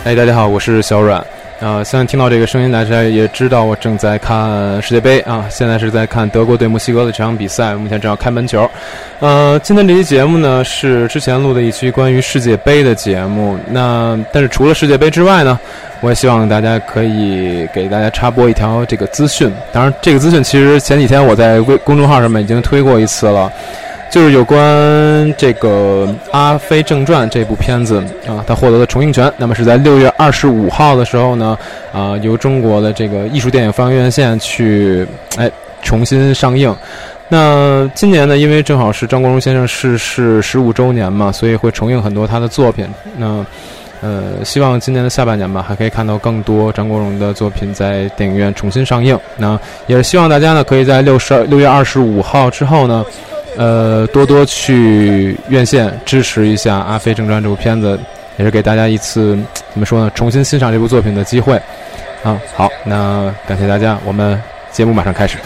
大家好，我是小阮。相信听到这个声音，大家也知道我正在看世界杯啊，现在是在看德国对墨西哥的这场比赛，目前正要开门球。今天这期节目呢是之前录的一期关于世界杯的节目。但是除了世界杯之外呢，我也希望大家可以给大家插播一条这个资讯。当然，这个资讯其实前几天我在公众号上面已经推过一次了。就是有关这个《阿飞正传》这部片子啊，它获得了重映权。那么是在6月25号的时候呢，由中国的这个艺术电影放映院线去重新上映。那今年呢，因为正好是张国荣先生逝世15周年嘛，所以会重映很多他的作品。那希望今年的下半年吧，还可以看到更多张国荣的作品在电影院重新上映。那也是希望大家呢，可以在6月25号之后呢。多多去院线支持一下《阿飞正传》这部片子，也是给大家一次怎么说呢，重新欣赏这部作品的机会啊。好，那感谢大家，我们节目马上开始。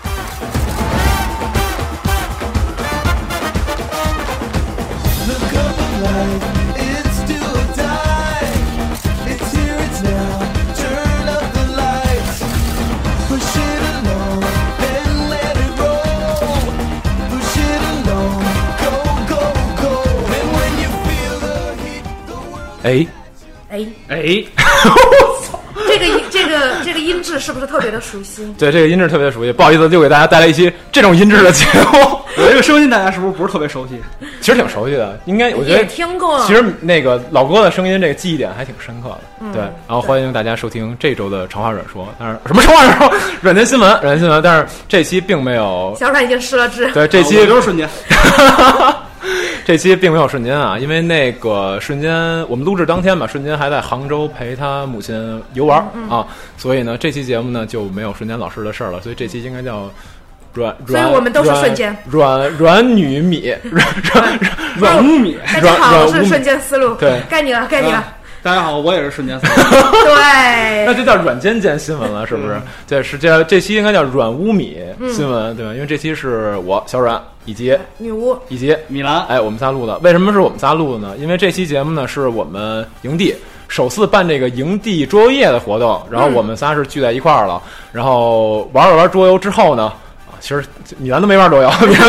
我操！这个音质是不是特别的熟悉？ 对，这个音质特别熟悉。不好意思，就给大家带来一期这种音质的节目。 我这个声音大家是不是特别熟悉？ 其实挺熟悉的，应该我觉得也听过。 其实那个老郭的声音，这个记忆点还挺深刻的。对，然后欢迎大家收听这周的长话软说。但是什么长话软说？软件新闻。但是这期并没有。 小阮已经失了智。 对，这期就是瞬间。 这期并没有瞬间啊，因为那个瞬间我们录制当天吧，瞬间还在杭州陪他母亲游玩啊，所以呢，这期节目呢就没有瞬间老师的事儿了，所以这期应该叫所以我们都是瞬间软女米软乌米。 大家好，我是瞬间思路， 对， 该你了。 大家好，我也是瞬间思路。 对， 那就叫软尖尖新闻了，是不是？对，是这期应该叫软乌米新闻，对吧？因为这期是我小阮以及女巫以及米兰， 我们仨录的。为什么是我们仨录的呢？因为这期节目呢是我们营地首次办这个营地桌游夜的活动，然后我们仨是聚在一块儿了，然后玩了玩桌游之后呢，其实米兰都没玩桌游，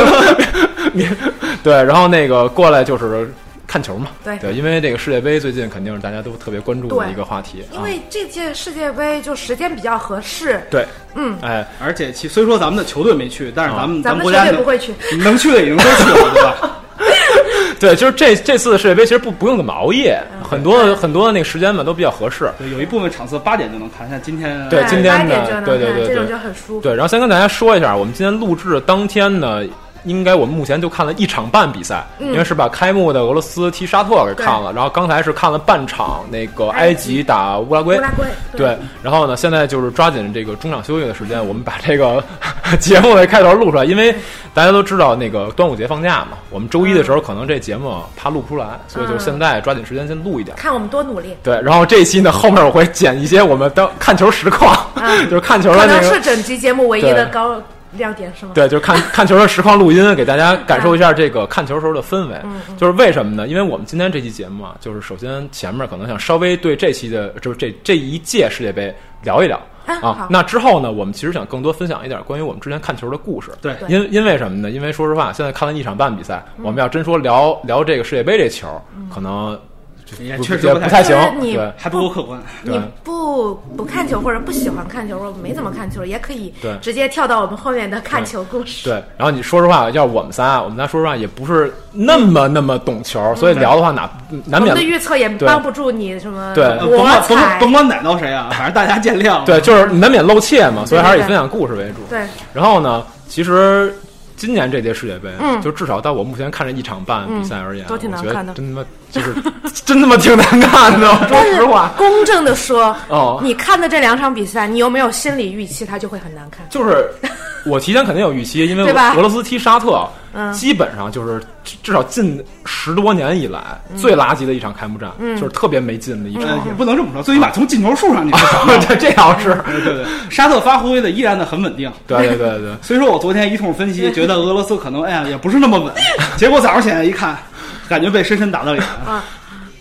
对，然后那个过来就是看球嘛，对，因为这个世界杯最近肯定是大家都特别关注的一个话题， 因为这届世界杯就时间比较合适， 对， 而且虽说咱们的球队没去，但是咱们国家球队不会去， 能去的已经都去了，对吧？ 对，就是这次的世界杯其实不用怎么熬夜，很多的那个时间嘛都比较合适。 对，有一部分场次8点就能看，像今天对今天的对， 这种就很舒服。 对，然后先跟大家说一下，我们今天录制的当天呢。应该我们目前就看了1场半比赛，因为是把开幕的俄罗斯踢沙特给看了，然后刚才是看了半场那个埃及打乌拉圭，对，然后呢，现在就是抓紧这个中场休息的时间，我们把这个节目的开头录出来，因为大家都知道那个端午节放假嘛，我们周一的时候可能这节目怕录不出来，所以就现在抓紧时间先录一点， 看我们多努力。 对，然后这一期呢，后面我会剪一些我们的看球实况，就是看球的那个， 可能是整期节目唯一的亮点是吗？ 对，就是看球的实况录音，给大家感受一下这个看球时候的氛围。就是为什么呢？因为我们今天这期节目啊，就是首先前面可能想稍微对这期的，就是这一届世界杯聊一聊啊。那之后呢，我们其实想更多分享一点关于我们之前看球的故事。 对， 因为什么呢？因为说实话，现在看了1场半比赛，我们要真说聊这个世界杯这球，可能。 也确实不太行， 你还不够客观。 你不看球或者不喜欢看球，或者没怎么看球，也可以直接跳到我们后面的看球故事。 对，然后你说实话，要我们仨说实话也不是那么懂球，所以聊的话难免我们的预测也帮不住你什么。 对， 甭管逮到谁啊，反正大家见谅。 对，就是难免露怯嘛，所以还是以分享故事为主。 对， 然后呢，其实。今年这届世界杯，就至少到我目前看这1场半比赛而言， 都挺难看的， 真他妈就是真他妈挺难看的。说实话， 公正的说，你看的这2场比赛，你有没有心理预期它就会很难看？ 就是我提前肯定有预期，因为俄罗斯踢沙特，基本上就是至少近10多年以来最垃圾的一场开幕战，就是特别没劲的一场。 也不能这么说，最起码从进球数上你对，这倒是对，沙特发挥的依然的很稳定。 对。 所以说我昨天一通分析，觉得俄罗斯可能也不是那么稳，结果早上起来一看，感觉被深深打到脸了。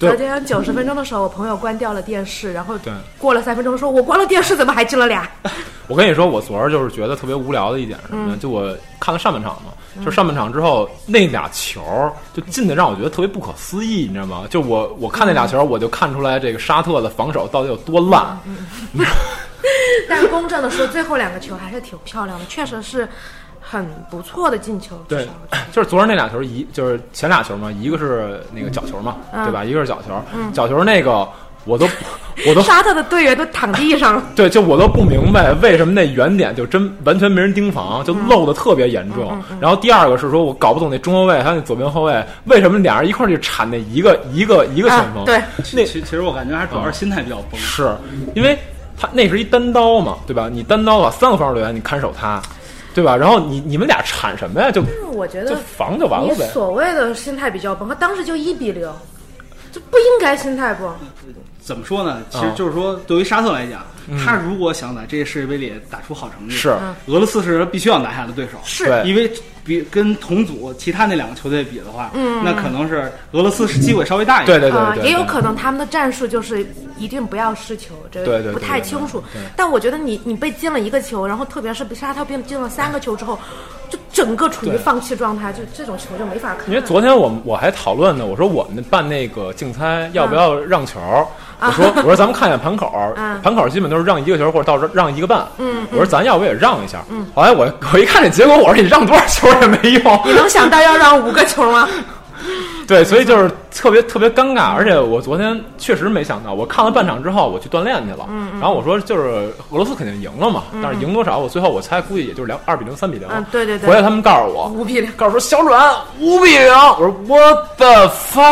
昨天90分钟的时候，我朋友关掉了电视，然后过了3分钟说：“我关了电视，怎么还进了俩？” 我跟你说，我昨儿就是觉得特别无聊的一点是什么呢？就我看了上半场嘛，就是上半场之后那俩球就进的让我觉得特别不可思议，你知道吗？就我看那俩球，我就看出来这个沙特的防守到底有多烂。 但是公正的说，最后2个球还是挺漂亮的，确实是很不错的进球。 对，就是昨儿那俩球，就是前俩球嘛，一个是那个角球嘛，对吧？一个是角球，角球那个我都沙特的队员都躺地上了。 对，就我都不明白为什么那远点就真完全没人盯防，就漏的特别严重。然后第二个是说我搞不懂那中后卫还有那左边后卫为什么俩人一块儿去铲那一个前锋。 对， 其实我感觉还主要是心态比较崩， 是因为他那是一单刀嘛，对吧？你单刀的话3个防守队员你看守他。对吧？然后你们俩铲什么呀？就我觉得就防就完了呗。 所谓的心态比较崩，他当时就1-0，这不应该心态崩。 怎么说呢？其实就是说，对于沙特来讲，他如果想在这些世界杯里打出好成绩， 是俄罗斯是必须要拿下的对手。 是因为跟同组其他那2个球队比的话，那可能是俄罗斯是机会稍微大一点。 对， 也有可能他们的战术就是一定不要失球，这个不太清楚。但我觉得你被进了1个球，然后特别是被沙特进了3个球之后，就整个处于放弃状态，就这种球就没法看。 因为昨天我还讨论呢，我说我们办那个竞猜要不要让球。我说咱们看一下盘口，盘口基本都是让1个球或者到让1个半。我说咱要不也让一下。后来我一看这结果，我说你让多少球也没用。 你能想到要让5个球吗？ 对，所以就是特别尴尬，而且我昨天确实没想到，我看了半场之后我去锻炼去了，然后我说就是俄罗斯肯定赢了嘛，但是赢多少我最后我猜估计也就是2-0、3-0。 对。 回来他们告诉我 5-0， 告诉说小阮5-0，我说 What the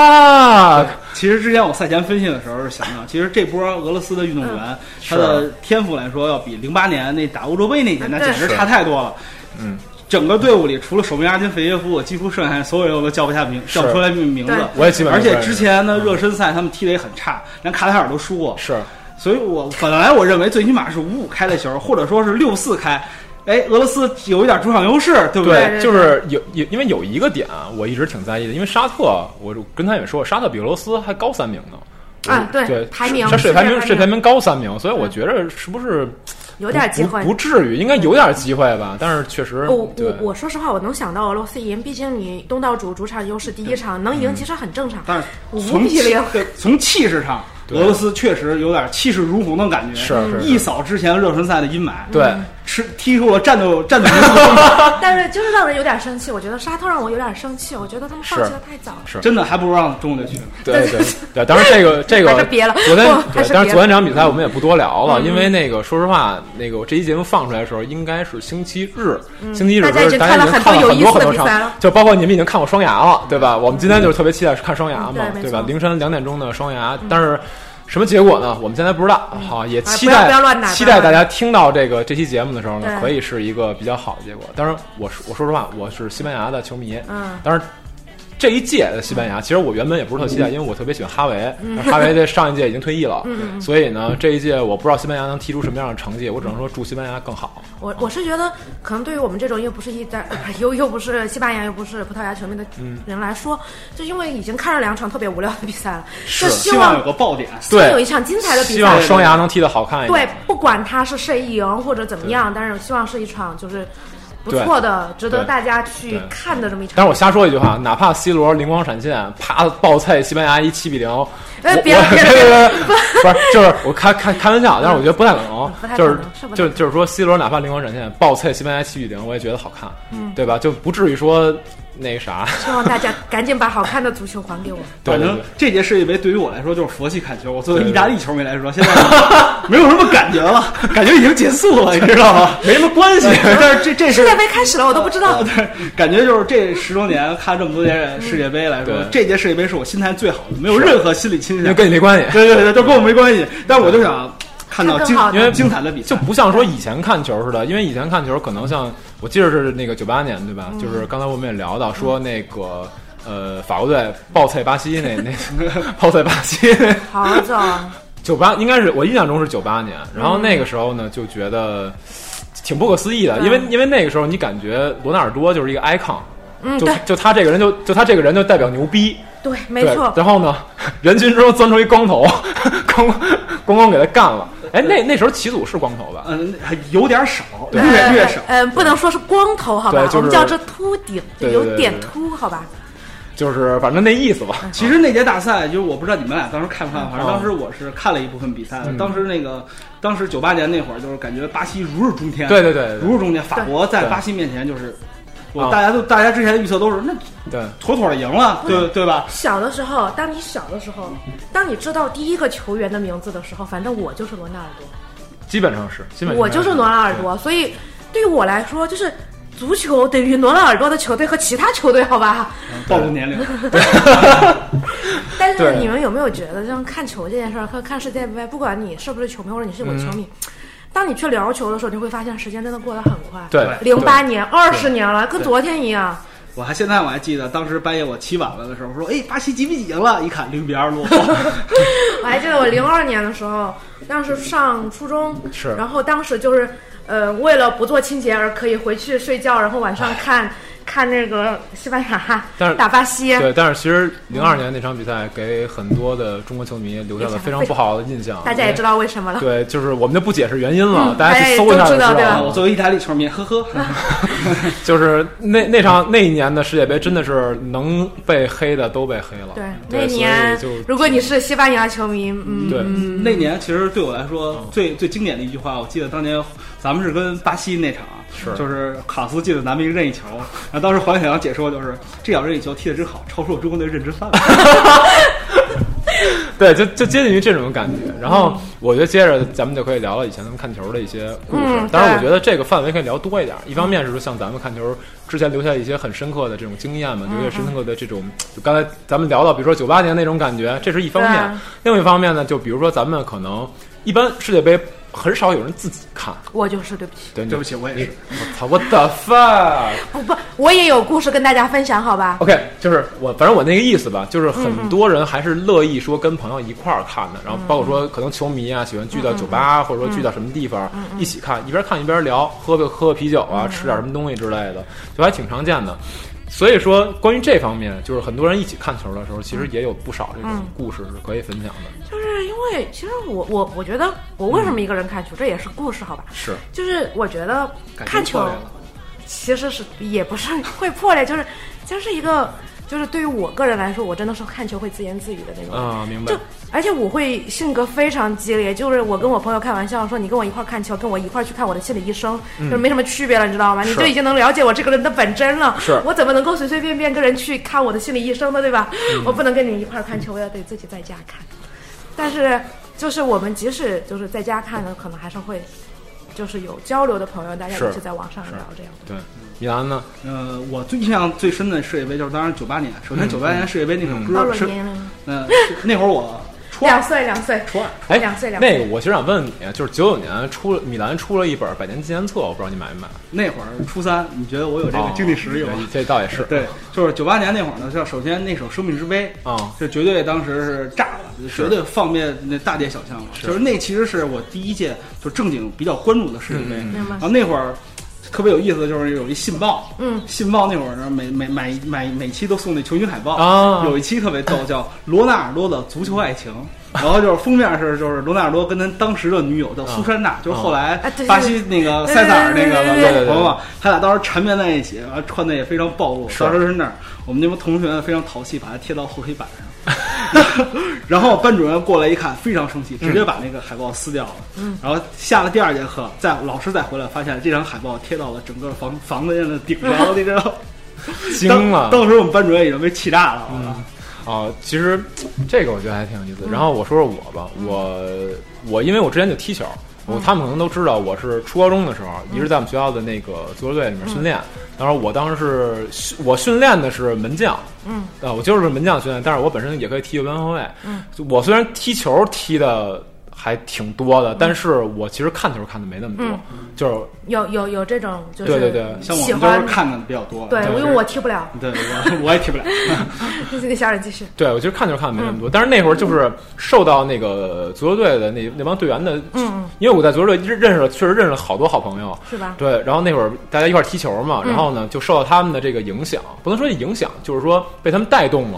fuck？ 其实之前我赛前分析的时候是想到，其实这波俄罗斯的运动员，他的天赋来说，要比08年那打欧洲杯那年那简直差太多了。整个队伍里除了守门亚金费耶夫，我几乎剩下所有人我都叫不出来名字。 我也基本上。 而且之前的热身赛他们踢得也很差，连卡塔尔都输过。 是， 所以我本来我认为最起码是5-5开的球，或者说是6-4开。俄罗斯有一点主场优势，对不对？ 对，就是因为有一个点我一直挺在意的，因为沙特，我跟他也说，沙特比俄罗斯还高3名呢。 对，排名他世界排名高3名，所以我觉得是不是有点机会？ 不至于，应该有点机会吧。但是确实， 我说实话，我能想到俄罗斯赢，毕竟你东道主主场优势，第一场能赢其实很正常。 但是 5-0， 从气势上，俄罗斯确实有点气势如虹的感觉， 是一扫之前热身赛的阴霾。 对， 踢出了战斗但是就是让人有点生气，我觉得沙特让我有点生气，我觉得他们放弃的太早了。 是真的还不如让中国队去。 对，当然这个还是别了。 昨天但是昨天这场比赛我们也不多聊了，因为那个说实话，那个这期节目放出来的时候应该是星期日， 大家已经看了很多有意思的比赛了， 就包括你们已经看过双牙了，对吧？我们今天就是特别期待看双牙嘛，对吧？凌晨2点钟的双牙，但是。什么结果呢？我们现在不知道。好，也期待大家听到这期节目的时候呢，可以是一个比较好的结果。当然，我说实话，我是西班牙的球迷。当然。这一届的西班牙，其实我原本也不是特期待，因为我特别喜欢哈维。哈维在上一届已经退役了，所以呢，这一届我不知道西班牙能踢出什么样的成绩，我只能说祝西班牙更好。 我是觉得，可能对于我们这种又不是又不是西班牙又不是葡萄牙球迷的人来说，就因为已经看了2场特别无聊的比赛了，就希望有个爆点， 对，有一场精彩的比赛， 希望双牙能踢得好看一点。 对，不管他是谁赢或者怎么样，但是希望是一场就是不错的，值得大家去看的这么一场。 但是我瞎说一句话，哪怕 C 罗灵光闪现，啪爆菜西班牙7-0， 别， 不是，就是我开玩笑，但是我觉得不太可能，就是说 C 罗哪怕灵光闪现爆菜西班牙7-0，我也觉得好看，对吧？就不至于说那个啥。 希望大家赶紧把好看的足球还给我。 反正这届世界杯对于我来说就是佛系看球，我作为意大利球迷来说，现在没有什么感觉了，感觉已经结束了，你知道吗？没什么关系。但是这世界杯开始了，我都不知道。 对，感觉就是这10多年看这么多届世界杯来说，这届世界杯是我心态最好的，没有任何心理倾向， 跟你没关系。 对，都跟我没关系。但我就想看到因为精彩的比赛， 就不像说以前看球似的，因为以前看球可能像我记得是那个98年对吧？就是刚才我们也聊到说那个法国队爆菜巴西那爆菜巴西好早。 98应该是我印象中是98年，然后那个时候呢就觉得挺不可思议的，因为那个时候你感觉罗纳尔多就是一个 icon，就他这个人就代表牛逼。 对，没错。 然后呢，人群中钻出一光头，光给他干了。哎，那时候齐祖是光头吧？ 有点少，略少。 不能说是光头，好吧？ 就是、 我们叫这秃顶，有点秃，好吧？ 就是反正那意思吧。 其实那届大赛，就是我不知道你们俩当时看不看，反正当时我是看了一部分比赛的。当时98年那会儿，就是感觉巴西如日中天， 对， 如日中天。法国在巴西面前就是，大家之前的预测都是那对妥妥的赢了，对吧？ 小的时候，当你知道第一个球员的名字的时候，反正我就是罗纳尔多， 基本上是我就是罗纳尔多，所以对于我来说就是。足球等于罗纳尔多的球队和其他球队，好吧？ 暴露年龄。 但是你们有没有觉得，像看球这件事儿和看世界杯，不管你是不是球迷或者你是我球迷，当你去聊球的时候，你会发现时间真的过得很快。 对 ，08年20年了，跟昨天一样。 现在我还记得，当时半夜我起晚了的时候，说：“哎，巴西几比几赢了？”一看0-2落后。 我还记得我02年的时候，当时上初中， 是， 然后当时就是。为了不做清洁而可以回去睡觉，然后晚上看那个西班牙打巴西。 对，但是其实02年那场比赛给很多的中国球迷留下了非常不好的印象。 大家也知道为什么了。 对，就是我们就不解释原因了，大家去搜一下就知道了。 我作为意大利球迷，呵呵， 就是那一年的世界杯真的是能被黑的都被黑了。 对，那年如果你是西班牙球迷， 对， 那年其实对我来说最经典的一句话，我记得当年咱们是跟巴西那场。就是卡斯进了咱们一个任意球，然后当时黄小阳解说就是这脚任意球踢得真好，超出了中国队认知范围。 对，就接近于这种感觉。然后我觉得接着咱们就可以聊了以前咱们看球的一些故事。当然，我觉得这个范围可以聊多一点。一方面是说像咱们看球之前留下一些很深刻的这种经验嘛，留下深刻的这种，就刚才咱们聊到，比如说98年那种感觉，这是一方面。另一方面呢，就比如说咱们可能一般世界杯。很少有人自己看， 我就是对不起， 对不起，我也是。 我操，我的 fuck！ 不，我也有故事跟大家分享，好吧 ？OK， 就是反正我那个意思吧，就是很多人还是乐意说跟朋友一块儿看的，然后包括说可能球迷啊喜欢聚到酒吧，或者说聚到什么地方一起看，一边看一边聊，喝个啤酒啊，吃点什么东西之类的，就还挺常见的。所以说，关于这方面，就是很多人一起看球的时候，其实也有不少这种故事是可以分享的。 就是因为其实我觉得我为什么一个人看球，这也是故事，好吧？ 是， 就是我觉得看球其实是也不是会破裂，就是一个。就是对于我个人来说，我真的是看球会自言自语的那种啊，明白。 而且我会性格非常激烈，就是我跟我朋友开玩笑说，你跟我一块看球，跟我一块去看我的心理医生，就是没什么区别了，你知道吗？你就已经能了解我这个人的本真了。 是， 我怎么能够随随便便跟人去看我的心理医生呢？对吧？我不能跟你一块看球，我要得自己在家看。但是就是我们即使就是在家看呢，可能还是会。就是有交流的朋友，大家一起在网上聊这样。 对，米兰呢？ 我印象最深的世界杯就是当然98年。首先98年世界杯那首歌是，那会儿我 2岁， 初二。 哎 ，2岁。 那个我其实想问你，就是99年米兰出了一本100年纪念册，我不知道你买没买。 那会儿初3，你觉得我有这个经济实力吗？ 这倒也是。 对，就是98年那会儿呢，就首先那首《生命之杯》就绝对当时是炸了。绝对放遍那大街小巷了，就是那其实是我第一届就正经比较关注的世界杯。然后那会儿特别有意思的就是有一信报，信报那会儿呢每期都送那球星海报，有一期特别逗，叫罗纳尔多的足球爱情。然后就是封面就是罗纳尔多跟他当时的女友叫苏珊娜，就是后来巴西那个塞萨尔那个老婆嘛，他俩当时缠绵在一起，然后穿的也非常暴露。当时是那儿，我们那帮同学非常淘气，把它贴到后黑板上。然后班主任过来一看，非常生气，直接把那个海报撕掉了。然后下了第2节课，老师再回来，发现这张海报贴到了整个房子的顶上，你知道？ 惊了！ 当时我们班主任已经被气炸了。 其实这个我觉得还挺有意思。然后我说说我吧，我因为我之前就踢球，他们可能都知道，我是初高中的时候一直在我们学校的那个足球队里面训练。然后我当时我训练的是门将，我就是门将训练，但是我本身也可以踢右边后卫。我虽然踢球踢的还挺多的，但是我其实看球看的没那么多，就是有这种就是对， 像我们都是看的比较多。 对，因为我踢不了。 对，我也踢不了。 这个小冉继续。 对，我其实看球看的没那么多，但是那会儿就是受到那个足球队的那帮队员的，因为我在足球队确实认识了好多好朋友， 是吧？ 对，然后那会儿大家一块踢球嘛，然后呢就受到他们的这个影响，不能说影响，就是说被他们带动了。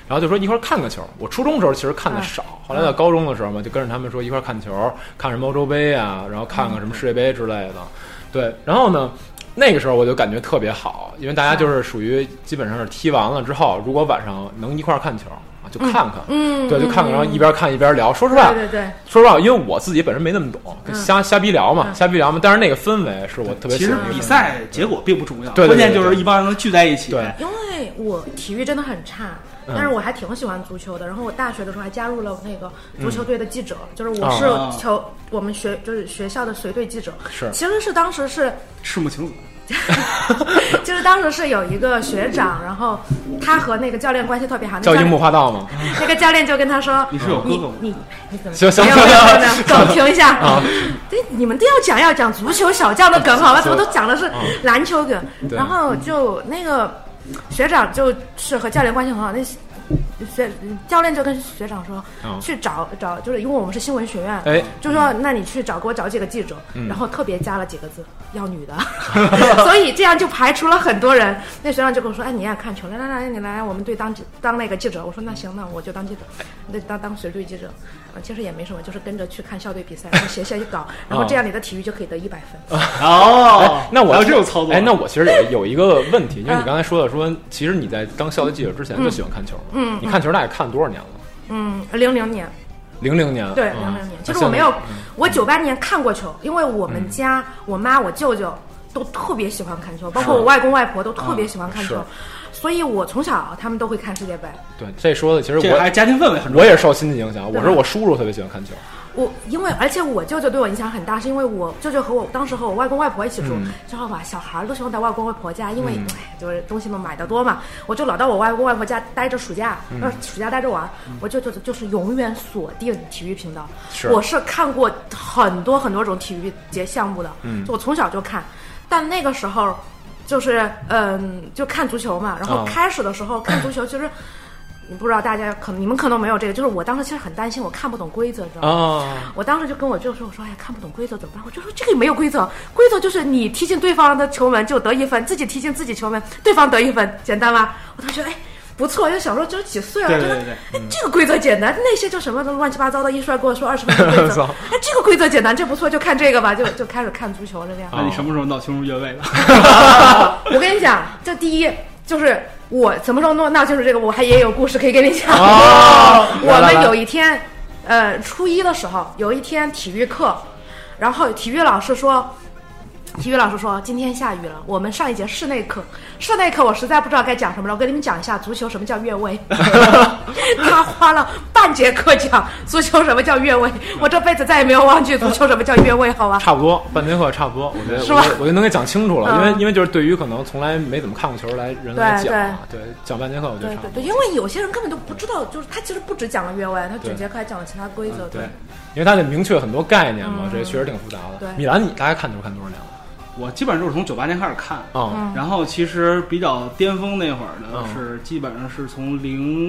然后就说一块儿看个球。我初中的时候其实看的少，后来到高中的时候嘛，就跟着他们说一块儿看球，看什么欧洲杯啊，然后看看什么世界杯之类的。对，然后呢，那个时候我就感觉特别好，因为大家就是属于基本上是踢完了之后，如果晚上能一块儿看球啊，就看看，对，就看看，然后一边看一边聊。说实话， 对， 说实话，因为我自己本身没那么懂，瞎逼聊嘛，但是那个氛围是我特别喜欢。 其实比赛结果并不重要， 对， 关键就是一帮人能聚在一起。 对， 因为我体育真的很差。但是我还挺喜欢足球的，然后我大学的时候还加入了那个足球队的记者，就是我是我们就是学校的随队记者，其实是当时是赤木晴子。 就是当时是有一个学长，然后他和那个教练关系特别好， 叫樱木花道吗？ 那个教练就跟他说：“ 你是有哥哥吗？ 你怎么行， 没有，等停一下啊！对，你们都要讲足球小将的梗好吧？怎么都讲的是篮球梗？然后就那个学长就是和教练关系很好，那教练就跟学长说，去找，就是因为我们是新闻学院，就说那你去给我找几个记者，然后特别加了几个字，要女的，所以这样就排除了很多人。那学长就跟我说，哎，你爱看球，来，你来我们队当那个记者。我说那行，那我就当记者，当随队记者。其实也没什么，就是跟着去看校队比赛，然后写稿，然后这样你的体育就可以得100分。 哦， 那我还有这种操作？ 哎，那我其实有一个问题，因为你刚才说其实你在当校队记者之前就喜欢看球，你看球大概看了多少年了 ？00年。 00年， 对，00年。其实我没有，我98年看过球，因为我们家我妈我舅舅都特别喜欢看球，包括我外公外婆都特别喜欢看球。所以我从小他们都会看世界杯。 对，这说的其实我还家庭氛围很重要。 我也是受亲戚影响，我叔叔特别喜欢看球。 而且我舅舅对我影响很大，是因为我舅舅当时和我外公外婆一起住，知道吧？小孩都喜欢在外公外婆家，因为就是东西都买得多嘛。我就老到我外公外婆家待着暑假，暑假待着玩。我舅舅就是永远锁定体育频道。我是看过很多很多种体育节项目的，就我从小就看，但那个时候。就是就看足球嘛，然后开始的时候看足球，其实你不知道大家你们可能没有这个，就是我当时其实很担心，我看不懂规则，知道吗？我当时就跟我舅说，我说哎呀，看不懂规则怎么办？我就说这个没有规则，规则就是你踢进对方的球门就得1分，自己踢进自己球门，对方得1分，简单吧？我当时哎。不错，就小时候就是几岁了，觉得这个规则简单，那些就什么都乱七八糟的，一出来跟我说20分的规则，哎，这个规则简单，这不错，就看这个吧，就开始看足球了这样。 那你什么时候闹清楚越位了？ 我跟你讲，这第一就是我什么时候闹清楚这个，我也有故事可以跟你讲。我们有一天，初一的时候有一天体育课，然后体育老师说今天下雨了，我们上一节室内课我实在不知道该讲什么了，我跟你们讲一下足球什么叫越位。他花了半节课讲足球什么叫越位，我这辈子再也没有忘记足球什么叫越位，好吧？ 差不多半节课差不多，我觉得我就能给讲清楚了，因为就是对于可能从来没怎么看过球人来讲对讲半节课我觉得差不多。 对，因为有些人根本都不知道，就是他其实不只讲了越位，他整节课还讲了其他规则。 对，因为他得明确很多概念嘛，这确实挺复杂的。米兰，你大概看球看多少年了？ 我基本上就是从98年开始看，然后其实比较巅峰那会儿呢，是基本上是从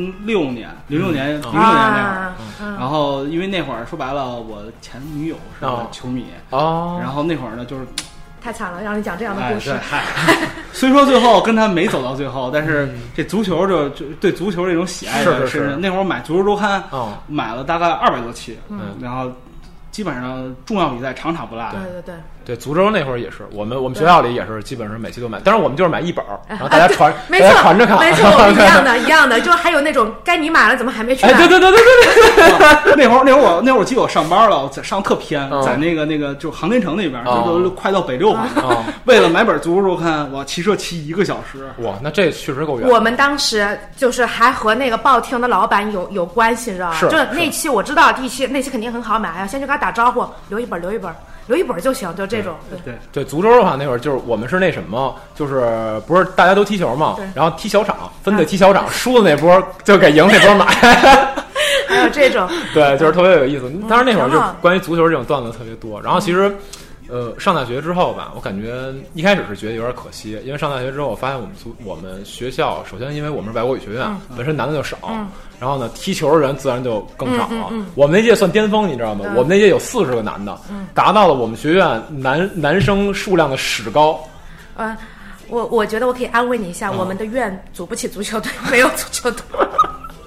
06年那会儿，然后因为那会儿说白了，我前女友是个球迷，然后那会儿呢就是太惨了，让你讲这样的故事。 虽说最后跟他没走到最后，但是这足球就对足球这种喜爱的是那会儿买足球周刊，买了大概200多期，然后基本上重要比赛场场不落。 对，足球那会儿也是，我们学校里也是，基本上每期都买，但是我们就是买一本，然后大家传着看。 没错，一样的，就还有那种该你买了怎么还没去买？ 对。 那会儿我记得我上班了，我上特偏，在那个就航天城那边，就快到北六环，为了买本足球周刊，我骑车骑1个小时。 哇，那这确实够远。 我们当时就是还和那个报厅的老板有关系，知道吧？就是那期我知道那期肯定很好买啊，先去跟他打招呼，留一本就行，就这种。 对，足球的话，那会儿就是我们是那什么，就是不是大家都踢球嘛，然后踢小场，分队踢小场，输的那波就给赢那波买。 还有这种， 对，就是特别有意思。当然那会儿就关于足球这种段子特别多。然后其实，上大学之后吧，我感觉一开始是觉得有点可惜，因为上大学之后，我发现我们学校首先因为我们是外国语学院，本身男的就少。然后呢，踢球的人自然就更少了。我们那届算巅峰，你知道吗？我们那届有40个男的，达到了我们学院男生数量的史高。 我觉得我可以安慰你一下，我们的院组不起足球队，没有足球队。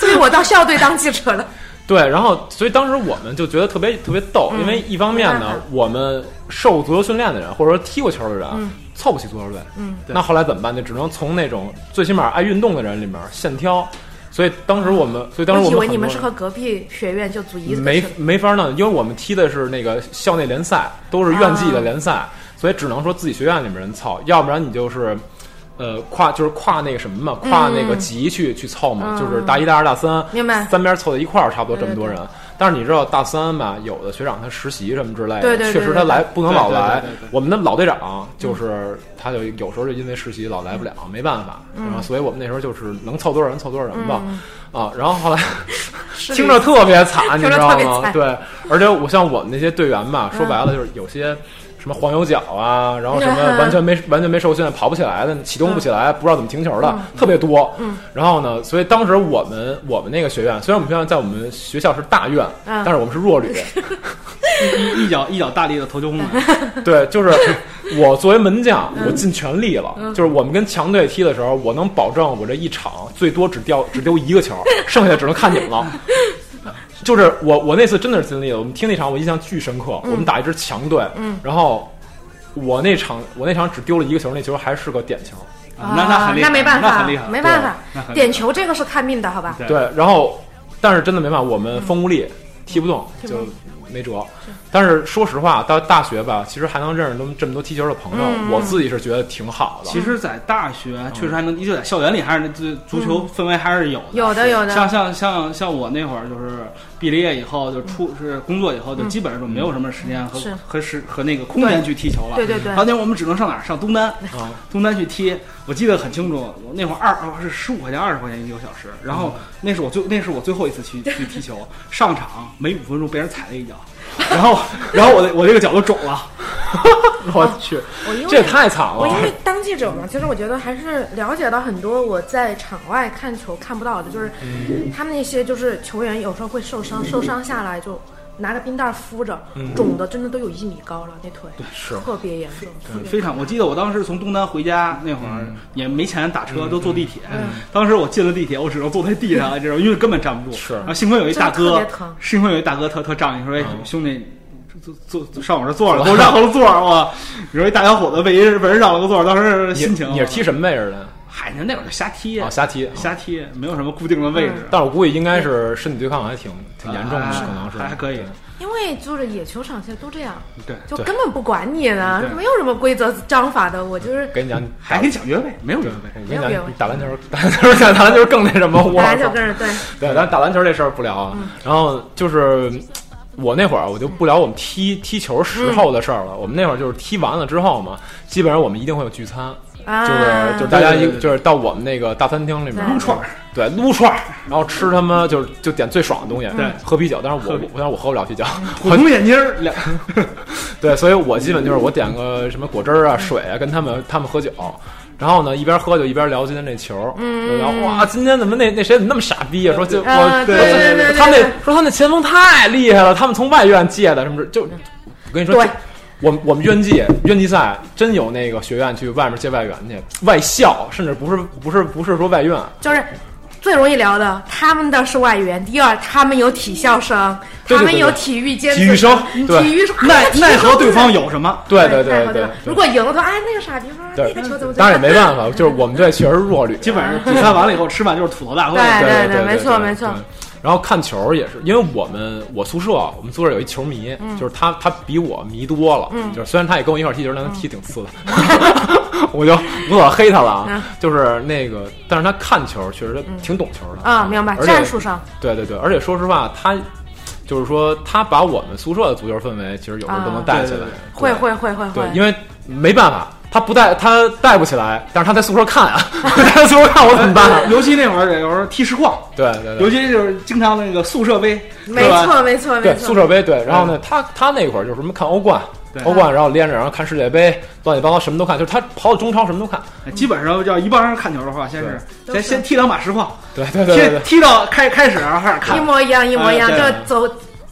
为我到校队当记者了。 对，然后所以当时我们就觉得特别逗，因为一方面呢，我们受足球训练的人或者说踢过球的人，凑不起足球队，那后来怎么办？就只能从那种最起码爱运动的人里面现挑。所以当时我们以为你们是和隔壁学院就组一个没法弄，因为我们踢的是那个校内联赛，都是院际的联赛，所以只能说自己学院里面人凑，要不然你就是跨那个什么嘛，跨那个级去凑嘛，就是大一、大二、大三， 明白？ 三边凑在一块儿，差不多这么多人。但是你知道大三吧，有的学长他实习什么之类的，确实他不能老来。我们的老队长就是他就有时候就因为实习老来不了，没办法。然后所以我们那时候就是能凑多少人凑多少人吧。然后后来听着特别惨，你知道吗？对，而且像我们那些队员吧，说白了就是有些。什么黄油脚啊，然后什么完全没受训，跑不起来的，启动不起来，不知道怎么停球的，特别多。然后呢，所以当时我们那个学院，虽然我们学院在我们学校是大院，但是我们是弱旅， 一脚大力的头球轰门。 对，就是我作为门将，我尽全力了。就是我们跟强队踢的时候，我能保证我这一场最多只丢一个球，剩下的只能看顶了。就是我那次真的是经历了，我们踢那场我印象巨深刻。我们打一支强队，然后我那场只丢了一个球，那球还是个点球。 那没办法，没办法， 点球这个是看命的，好吧？ 对，然后但是真的没办法，我们风无力，踢不动，就没辙。但是说实话，到大学吧，其实还能认识这么多踢球的朋友，我自己是觉得挺好的。 其实，在大学确实还能，就在校园里还是足球氛围还是有的。 有的。 像我那会儿就是毕了业以后，就是工作以后，就基本上就没有什么时间和那个空间去踢球了。 对。 然后那会儿我们只能上哪儿？上东单，东单去踢。我记得很清楚，我那会儿是15块钱、20块钱1个小时。然后那是我最后一次去踢球，上场没5分钟被人踩了一脚。然后我这个脚就肿了， 我去，这也太惨了。 我因为当记者嘛，其实我觉得还是了解到很多我在场外看球看不到的，就是他们那些就是球员有时候会受伤下来就拿着冰袋敷着，肿的真的都有1米高了，那腿是特别严重， 非常。我记得我当时从东单回家那会儿也没钱打车，都坐地铁。当时我进了地铁，我只能坐在地上，因为根本站不住。 是， 然后幸亏有一大哥特仗义，说：“哎，兄弟，坐上我这坐着，给我让个座儿。”我有一大小伙子被人让了个座儿，当时心情。 你是踢什么位置的？ 嗨，那会儿就瞎踢瞎踢，没有什么固定的位置。 但是我估计应该是身体对抗还挺严重的，可能是还可以。 因为就是野球场现在都这样， 对， 就根本不管你呢，没有什么规则章法的。我就是跟你讲， 还给你讲越位，没有越位。 我跟你讲，打篮球更那什么。 打篮球更是对，咱打篮球这事儿不聊啊。然后就是我那会儿我就不聊我们踢球时候的事儿了。我们那会儿就是踢完了之后嘛，基本上我们一定会有聚餐。就是大家就是到我们那个大餐厅里面撸串，然后吃他妈就点最爽的东西，喝啤酒。但是我喝不了啤酒， 红眼睛两。 对，所以我基本就是我点个什么果汁啊、水啊，跟他们喝酒。然后呢，一边喝就一边聊今天这球，然后哇，今天怎么那谁怎么那么傻逼啊？说就对， 他那前锋太厉害了，他们从外院借的什么就，我跟你说。我们院际赛真有那个学院去外面借外援去，外校，甚至不是说外院， 就是最容易聊的，他们的是外援。第二，他们有体校生，他们有体育生， 体育生奈何对方有什么？ 对。 如果赢了，说那个傻逼说那个球怎么？ 当然也没办法，就是我们队确实弱旅， 基本上比赛完了以后吃饭就是吐槽大会。 对，没错。 然后看球也是，因为我们宿舍有一球迷，就是他比我迷多了，就是虽然他也跟我一块踢球，但他踢挺次的，我就无所黑他了啊。就是那个，但是他看球确实挺懂球的啊，明白战术上。 对，而且说实话，他就是说他把我们宿舍的足球氛围，其实有时候都能带起来。 会。 对，因为没办法。他带不起来，但是他在宿舍看啊，在宿舍看我怎么办？ 尤其那会儿有时候踢实况， 对， 尤其就是经常那个宿舍杯， 没错， 对，宿舍杯对。然后呢，他那会儿就是什么看欧冠，然后连着，然后看世界杯，乱七八糟什么都看，就是他跑到中超什么都看。 基本上要一帮人看球的话，先踢2把实况， 对， 踢到开始然后开始看， 一模一样，就走。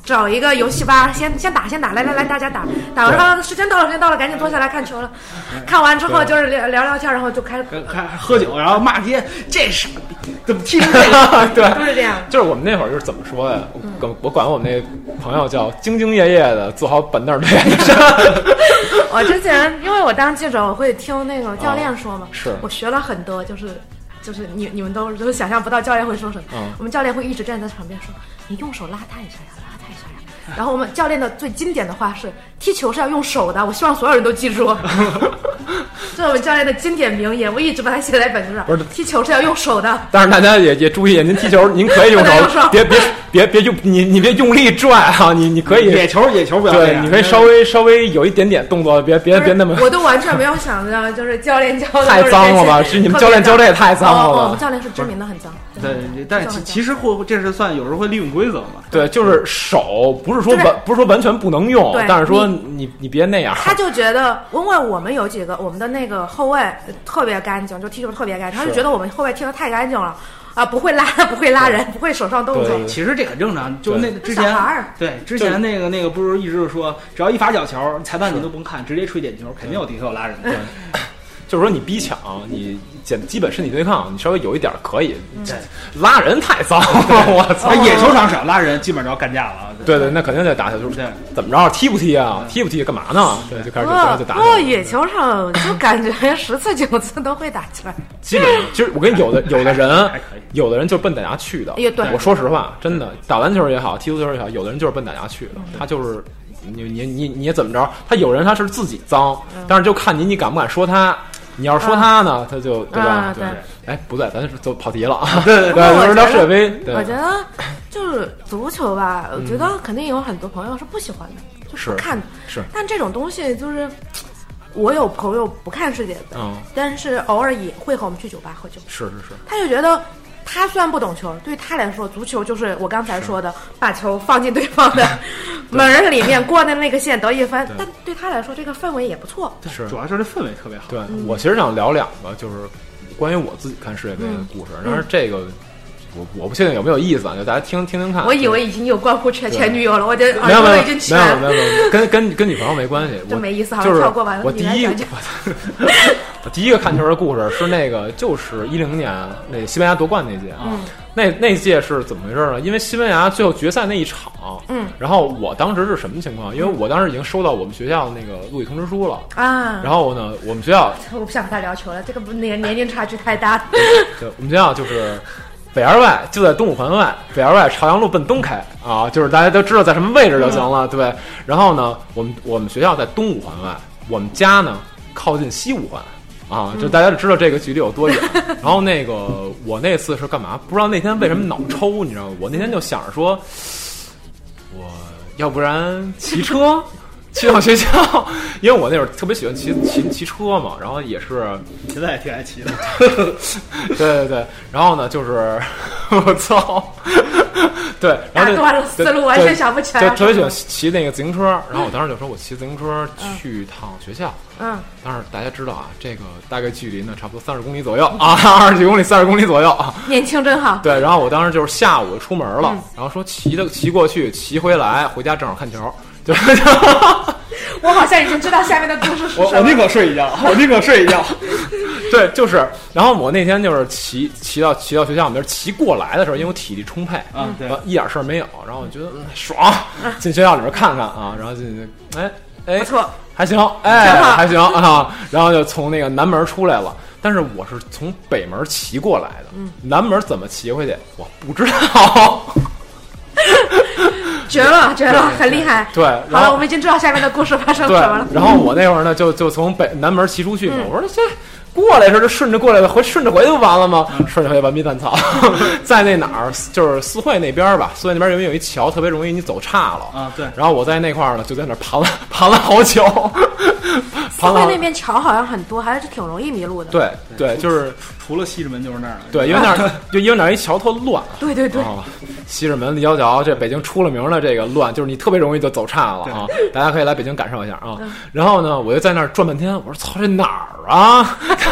找一个游戏吧，先打，来大家打完时间到了，赶紧坐下来看球了。看完之后就是聊天，然后就开始喝酒，然后骂街，这傻逼怎么踢成这样？ 对， 都是这样。 就是我们那会儿就是怎么说呀？我管我们那朋友叫兢兢业业的做好本凳对生。 我之前因为我当记者，我会听那个教练说嘛， 是我学了很多，就是你们都想象不到教练会说什么。我们教练会一直站在场边说：“你用手拉他一下呀。”然后我们教练的最经典的话是：“踢球是要用手的。”我希望所有人都记住，这是我们教练的经典名言，我一直把它写在本子上。不是，踢球是要用手的。 但是大家也注意，您踢球您可以用手，别用你别用力拽啊！你可以野球不要对，你可以稍微有一点点动作，别那么。 我都完全没有想到，就是教练教的太脏了吧？是你们教练教这也太脏了吧？ 我们教练是知名的很脏。 对，但其实这是算有时候会利用规则嘛？ 对，就是手不是说完全不能用，但是说你别那样。 他就觉得，因为我们有几个我们的那个后卫特别干净，就踢球特别干净，他就觉得我们后卫踢得太干净了。不会拉人，不会手上动作。 其实这很正常，就那之前之前那个不是一直说，只要一罚角球，裁判你都甭看，直接吹点球，肯定有底下有拉人的。 就是说你逼抢，你基本身体对抗，你稍微有一点可以，拉人太脏了，我操！ 野球场上拉人基本上要干架了。 对，那肯定得打下，就是怎么着，踢不踢啊？踢不踢干嘛呢？对，就开始就打。 野球上就感觉10次9次都会打起来。 基本上，其实我跟有的人就是奔打架去的。我说实话，真的打篮球也好，踢足球也好，有的人就是奔打架去的，他就是。你怎么着？他有人他是自己脏，但是就看你敢不敢说他。你要是说他呢，他就对吧？对，哎，不对，咱就跑题了啊。对，就是聊世界杯。 我觉得就是足球吧，我觉得肯定有很多朋友是不喜欢的，就是不看的。 是， 但这种东西就是，我有朋友不看世界杯，但是偶尔也会和我们去酒吧喝酒。 是， 他就觉得。他虽然不懂球，对他来说，足球就是我刚才说的，把球放进对方的门里面，过的那个线得一分。但对他来说，这个氛围也不错。 是， 主要是这氛围特别好。 对，我其实想聊2个，就是关于我自己看世界杯的故事。但是这个我不确定有没有意思啊，就大家听看。 我以为已经有关乎前女友了，我觉得没有已经全没有，跟女朋友没关系。 这没意思，好像跳过吧。 我第一个看球的故事是那个，就是10年那西班牙夺冠那届啊。那届是怎么回事呢？因为西班牙最后决赛那一场，然后我当时是什么情况？因为我当时已经收到我们学校那个录取通知书了啊。然后呢，我们学校我不想和他聊球了，这个那个年龄差距太大了。 对，我们学校就是北二外，就在东五环外，北二外朝阳路奔东开啊，就是大家都知道在什么位置就行了。对，然后呢，我们学校在东五环外，我们家呢靠近西五环。啊，就大家就知道这个距离有多远。然后那个我那次是干嘛？不知道那天为什么脑抽，你知道吗？我那天就想着说，我要不然骑车去趟学校，因为我那会儿特别喜欢骑车嘛，然后也是现在也挺爱骑的。 对，然后呢，就是我操。对，然后打断了思路，完全想不起来。 就特别喜欢骑那个自行车，然后我当时就说我骑自行车去趟学校。当然大家知道啊，这个大概距离呢差不多30公里左右啊，20几公里、30公里左右啊。 年轻真好。 对，然后我当时就是下午出门了，然后说骑过去，骑回来，回家正好看球。对。 我好像已经知道下面的故事是什么。 我宁可睡一觉， 对，就是，然后我那天就是骑到学校我们这骑过来的时候，因为我体力充沛， 对， 一点事儿没有，然后我觉得爽，进学校里边看看啊，然后进去，哎， 不错， 还行，还行啊，然后就从那个南门出来了，但是我是从北门骑过来的，南门怎么骑回去我不知道。 绝了，很厉害。 对， 好了，我们已经知道下面的故事发生什么了。 然后我那会儿呢，就从南门骑出去嘛，我说这过来时候就顺着过来顺着回就完了吗？顺着回完逼蛋草，在那哪儿就是四惠那边吧，四惠那边有一桥，特别容易你走岔了啊。对。 然后我在那块儿呢，就在那儿盘了好久。 四惠那边桥好像很多，还是挺容易迷路的。 对，就是除了西直门就是那儿了。 对，因为那儿一桥特乱。 对。 西直门、立交桥，这北京出了名的这个乱，就是你特别容易就走岔了啊！大家可以来北京感受一下啊。然后呢，我就在那儿转半天，我说操，这哪儿啊？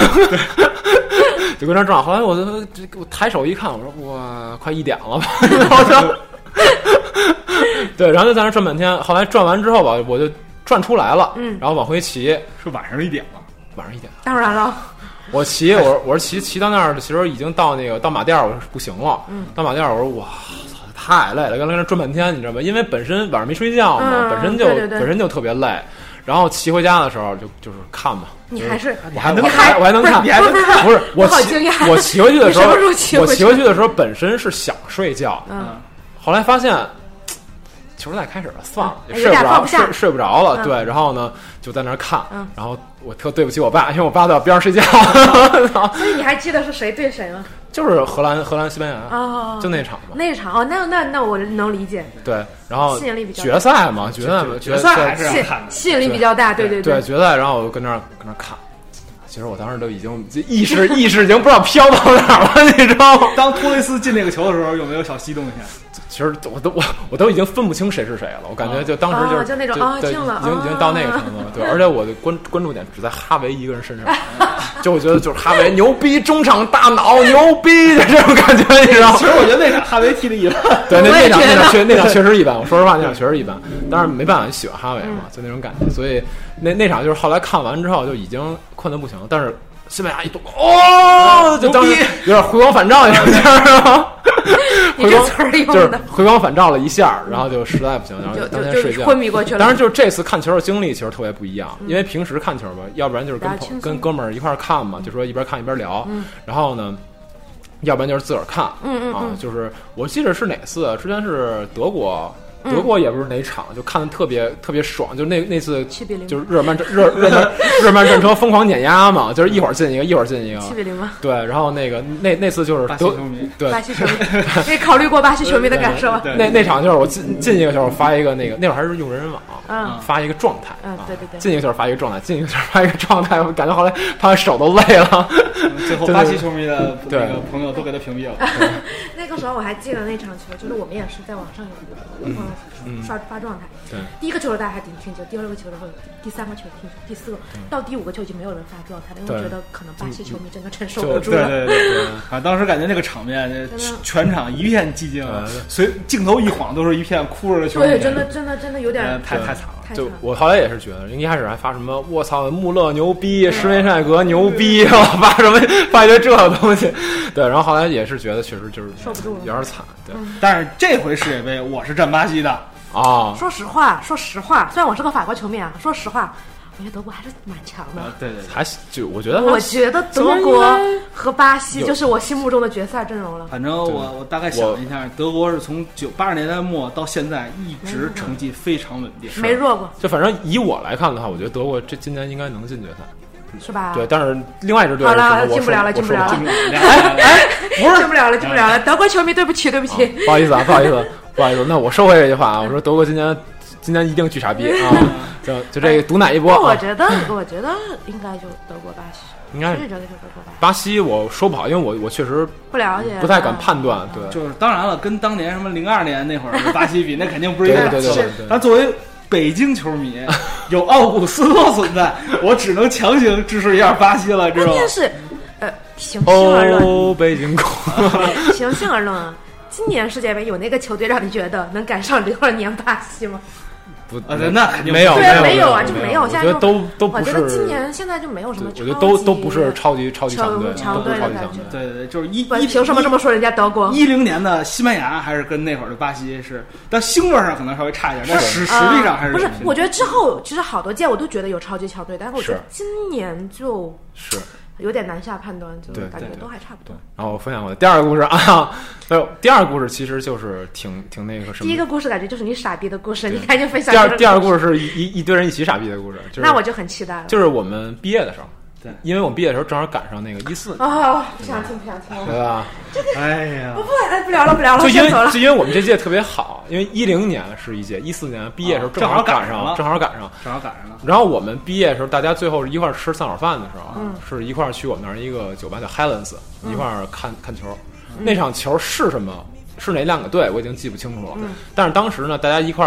就跟那儿转。后来我抬手一看，我说哇，快1点了吧？然后对，然后就在那转半天，后来转完之后吧，我就转出来了，然后往回骑， 是晚上1点了， 晚上1点， 当然了。 我骑，我是骑到那儿，其实已经到那个到马甸，我不行了。到马甸，我说哇，太累了，刚才那转半天，你知道吗？因为本身晚上没睡觉嘛，本身就特别累。然后骑回家的时候就是看嘛。 你还是我还能看，不是我骑回去的时候，我骑回去的时候本身是想睡觉，后来发现。球赛开始了，算了，睡不着了。对，然后呢，就在那儿看，然后我特对不起我爸，因为我爸在我边上睡觉。 所以你还记得是谁对谁吗？ 就是荷兰西班牙就那场嘛。 那场那我能理解。 对，然后吸引力比较决赛嘛，决赛还是吸引力比较大，对决赛，然后我就跟那儿看。其实我当时都已经意识已经不知道飘到哪儿了，你知道吗？ 当托雷斯进那个球的时候，有没有小激动一下？ 其实我都已经分不清谁是谁了，我感觉就当时就那种进了， 已经到那个程度了。对，而且我的关注点只在哈维一个人身上，就我觉得就是哈维牛逼，中场大脑牛逼的这种感觉，你知道吗？ 其实我觉得那场哈维踢的一般， 对，那场确实一般。我说实话，那场确实一般。但是没办法，喜欢哈维嘛，就那种感觉。所以那场就是后来看完之后就已经困得不行，但是西班牙一动，就当时有点回光返照一样，就是回光返照了一下，然后就实在不行，然后当天睡觉昏迷过去了。 当然，就是这次看球的经历其实特别不一样，因为平时看球吧，要不然就是跟哥们儿一块儿看嘛，就说一边看一边聊，然后呢，要不然就是自个儿看，就是我记得是哪次，之前是德国也不是哪场，就看的特别爽，就那次就是日耳曼战车疯狂碾压嘛，就是一会儿进一个 7-0吗？ 对，然后那次就是巴西球迷， 对巴西球迷，你考虑过巴西球迷的感受？ 那场就是我进一个球发一个那会儿还是用人人网，发一个状态， 对， 进一个球发一个状态，进一个球发一个状态，我感觉后来他手都累了， 最后巴西球迷的那个朋友都给他屏蔽了。 那个时候我还记得那场球，就是我们也是在网上有发状态。 对， 第一个球大家还挺听球，第二个球然后第三个球听球，第4个到第5个球就没有人发状态了，因为我觉得可能巴西球迷真的承受不住了。 对，当时感觉那个场面，全场一片寂静，随镜头一晃都是一片哭着的球迷。 对，真的有点太惨了。 就我后来也是觉得，一开始还发什么我操穆勒牛逼，施维塞格牛逼，发一堆这个东西。对，然后后来也是觉得确实就是受不住了， 有点惨。对， 但是这回世界杯我是站巴西的啊。 说实话，虽然我是个法国球迷啊，说实话。我觉得德国还是蛮强的， 对， 还就我觉得德国和巴西就是我心目中的决赛阵容了。 反正我大概想了一下，德国是从80年代末到现在一直成绩非常稳定， 没弱过。 就反正以我来看的话，我觉得德国今年应该能进决赛。 是吧？ 对，但是另外一支队好了，进不了了。不是进不了了。德国球迷，对不起。不好意思。那我收回这句话啊，我说德国今年一定巨傻逼啊！就这个毒奶一波。 我觉得应该就德国巴西， 应该是这个就德国巴西我说不好，因为我确实不了解， 不太敢判断。对， 就是当然了，跟当年什么02年那会儿的巴西比，那肯定不是一个档次。 对。 但作为北京球迷，有奥古斯托存在，我只能强行支持一下巴西了，知道吗？ 关键是，平心而论， 北京空， 平心而论啊，今年世界杯有那个球队让你觉得能赶上02年巴西吗？ 不， 那肯定没有啊， 就没有。现在都不是。 我觉得今年现在就没有什么， 我觉得都不是超级强队， 强队的感觉。 对，就是凭什么这么说人家德国 ？10年的西班牙还是跟那会儿的巴西是，但星座上可能稍微差一点，但实力上还是不是。我觉得之后其实好多届我都觉得有超级强队，但是我觉得今年就是有点难下判断，就感觉都还差不多。 然后我分享我的第二个故事啊，第二个故事其实就是挺那个什么。 第一个故事感觉就是你傻逼的故事，你赶紧分享。 第二个故事是一堆人一起傻逼的故事， 那我就很期待了。 就是我们毕业的时候。对，因为我们毕业的时候正好赶上那个14年不想听， 对吧？ 哎呀， 不聊了， 就因为我们这届特别好，因为10年是一届，14年毕业的时候正好赶上了。然后我们毕业的时候，大家最后一块吃3碗饭的时候，是一块去我们那儿一个酒吧叫 Helens，一块看球。那场球是什么？是哪2个队？我已经记不清楚了。但是当时呢，大家一块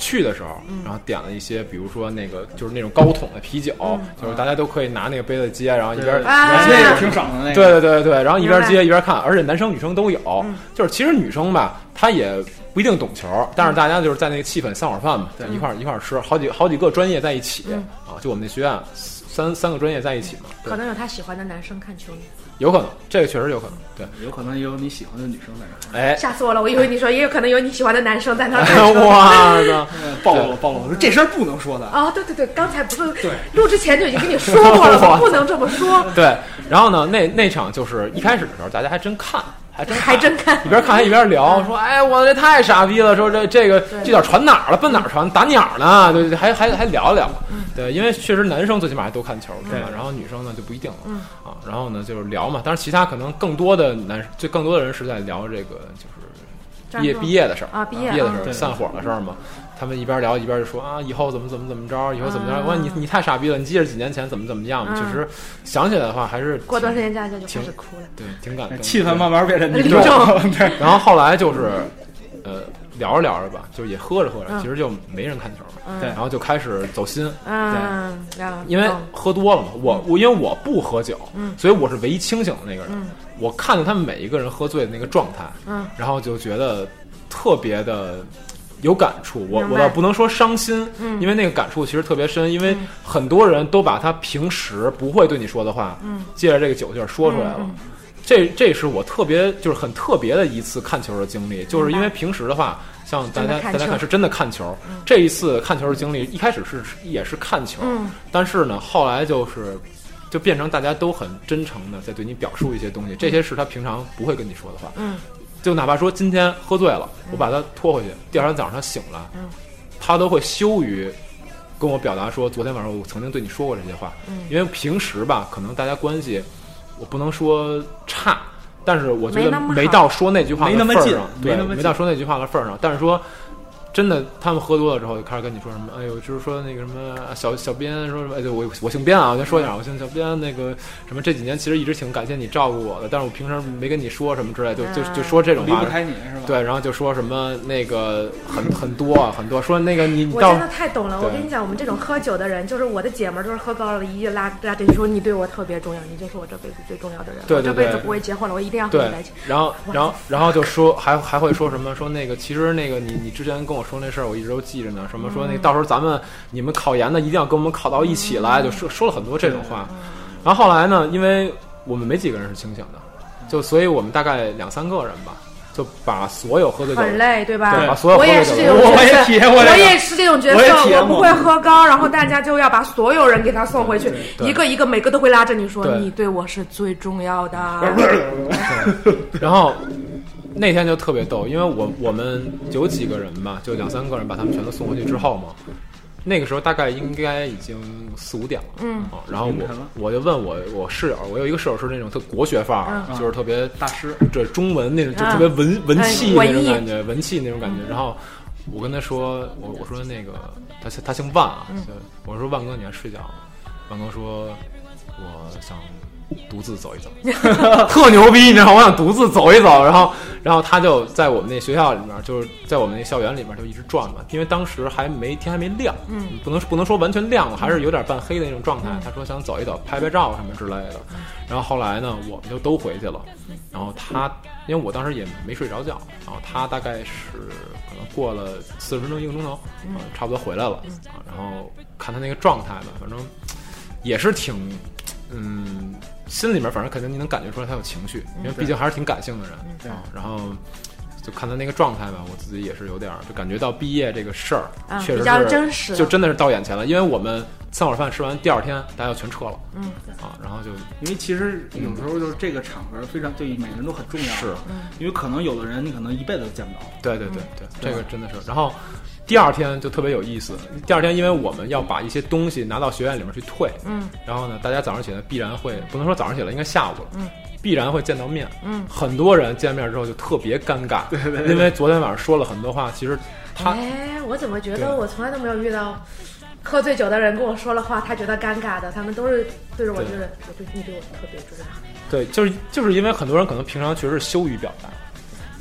去的时候，然后点了一些，比如说那个就是那种高筒的啤酒，就是大家都可以拿那个杯子接，然后一边那个挺爽的那个，对，然后一边接一边看，而且男生女生都有，就是其实女生吧，她也不一定懂球，但是大家就是在那个气氛三碗饭嘛，一块吃，好几个专业在一起啊，就我们那学院三个专业在一起嘛， 可能有他喜欢的男生看球呢。 有可能，这个确实有可能，对， 有可能也有你喜欢的女生在那。 哎， 吓死我了！我以为你说也有可能有你喜欢的男生在那看球。 哇塞， 暴露了，这事儿不能说的。 哦，对，刚才不是录之前就已经跟你说过了，不能这么说。 对，然后呢，那场就是一开始的时候，大家还真看。 还真看， 一边看还一边聊，说哎，我这太傻逼了，说这脚传哪儿了，奔哪儿传，打鸟呢？对，还聊聊。对，因为确实男生最起码还都看球，对吧？然后女生呢就不一定了，啊，然后呢就是聊嘛，但是其他可能更多的人是在聊这个就是毕业的事儿啊，毕业的事儿，散伙的事儿嘛。他们一边聊一边就说啊，以后怎么着，以后怎么着？我说你太傻逼了，你记着几年前怎么样？其实想起来的话，还是过段时间假就开始哭了， 对，挺感动， 气氛慢慢变成凝重。 然后后来就是聊着吧，就也喝着，其实就没人看球了，对，然后就开始走心，对，因为喝多了嘛，因为我不喝酒，所以我是唯一清醒的那个人，我看着他们每一个人喝醉的那个状态，然后就觉得特别的。有感触，我倒不能说伤心，因为那个感触其实特别深，因为很多人都把他平时不会对你说的话，借着这个酒劲儿说出来了。这是我就是很特别的一次看球的经历，就是因为平时的话，像大家看是真的看球，这一次看球的经历一开始也是看球，但是呢，后来就变成大家都很真诚的在对你表述一些东西，这些是他平常不会跟你说的话，就哪怕说今天喝醉了，我把他拖回去，第二天早上他醒了，他都会羞于跟我表达说昨天晚上我曾经对你说过这些话，因为平时吧，可能大家关系我不能说差，但是我觉得没到说那句话的份上，对，没到说那句话的份上，但是说。真的，他们喝多了之后就开始跟你说什么？哎呦，就是说那个什么小编说什么？哎，对我姓编啊，我先说一下，我姓小编。那个什么，这几年其实一直挺感谢你照顾我的，但是我平时没跟你说什么之类，就说这种话。 离不开你是吧？ 对，然后就说什么那个很多，说那个你我真的太懂了。我跟你讲，我们这种喝酒的人，就是我的姐们儿，就是喝高了，一拉着你说你对我特别重要，你就是我这辈子最重要的人。 对， 我这辈子不会结婚了，我一定要和你在一起。 然后就说还会说什么？说那个其实那个你之前跟我说那事儿，我一直都记着呢。什么说那到时候你们考研的一定要跟我们考到一起来，就说了很多这种话。然后后来呢，因为我们没几个人是清醒的，所以我们大概2-3个人吧，就把所有喝醉酒很累，对吧？ 对，把所有喝醉酒我也体验过， 我也是这种角色，我不会喝高，然后大家就要把所有人给他送回去，一个一个每个都会拉着你说你对我是最重要的。 然后。那天就特别逗，因为我们有几个人吧，就2-3个人把他们全都送回去之后嘛，那个时候大概应该已经4-5点了，然后我就问我室友，我有一个室友是那种特国学范儿，就是特别大师， 这中文那种就特别文气那种感觉，文气那种感觉。然后我跟他说，我说那个他姓万啊，我说万哥你还睡觉吗？万哥说我想。独自走一走，特牛逼，你知道吗？我想独自走一走，然后他就在我们那学校里面，就是在我们那校园里面就一直转嘛，因为当时天还没亮，不能说完全亮了，还是有点半黑的那种状态。他说想走一走，拍照什么之类的。然后后来呢，我们就都回去了。然后他，因为我当时也没睡着觉，然后他大概是可能过了40分钟1个钟头，差不多回来了。然后看他那个状态吧，反正也是挺，心里面反正肯定你能感觉出来他有情绪，因为毕竟还是挺感性的人，然后就看他那个状态吧，我自己也是有点就感觉到毕业这个事儿，确实是比较真实， 就真的是到眼前了。因为我们3碗饭吃完，第2天大家就全撤了，然后就因为其实有时候就是这个场合非常对每个人都很重要， 是因为可能有的人你可能一辈子都见不着。 对，这个真的是。然后第2天就特别有意思，第2天因为我们要把一些东西拿到学院里面去退，然后呢，大家早上起来必然会，不能说早上起来，应该下午了，必然会见到面，很多人见面之后就特别尴尬， 对， 因为昨天晚上说了很多话，其实我怎么觉得我从来都没有遇到喝醉酒的人跟我说了话，他觉得尴尬的，他们都是对着我，就是你对我特别重要。 对，就是因为很多人可能平常确实是羞于表达。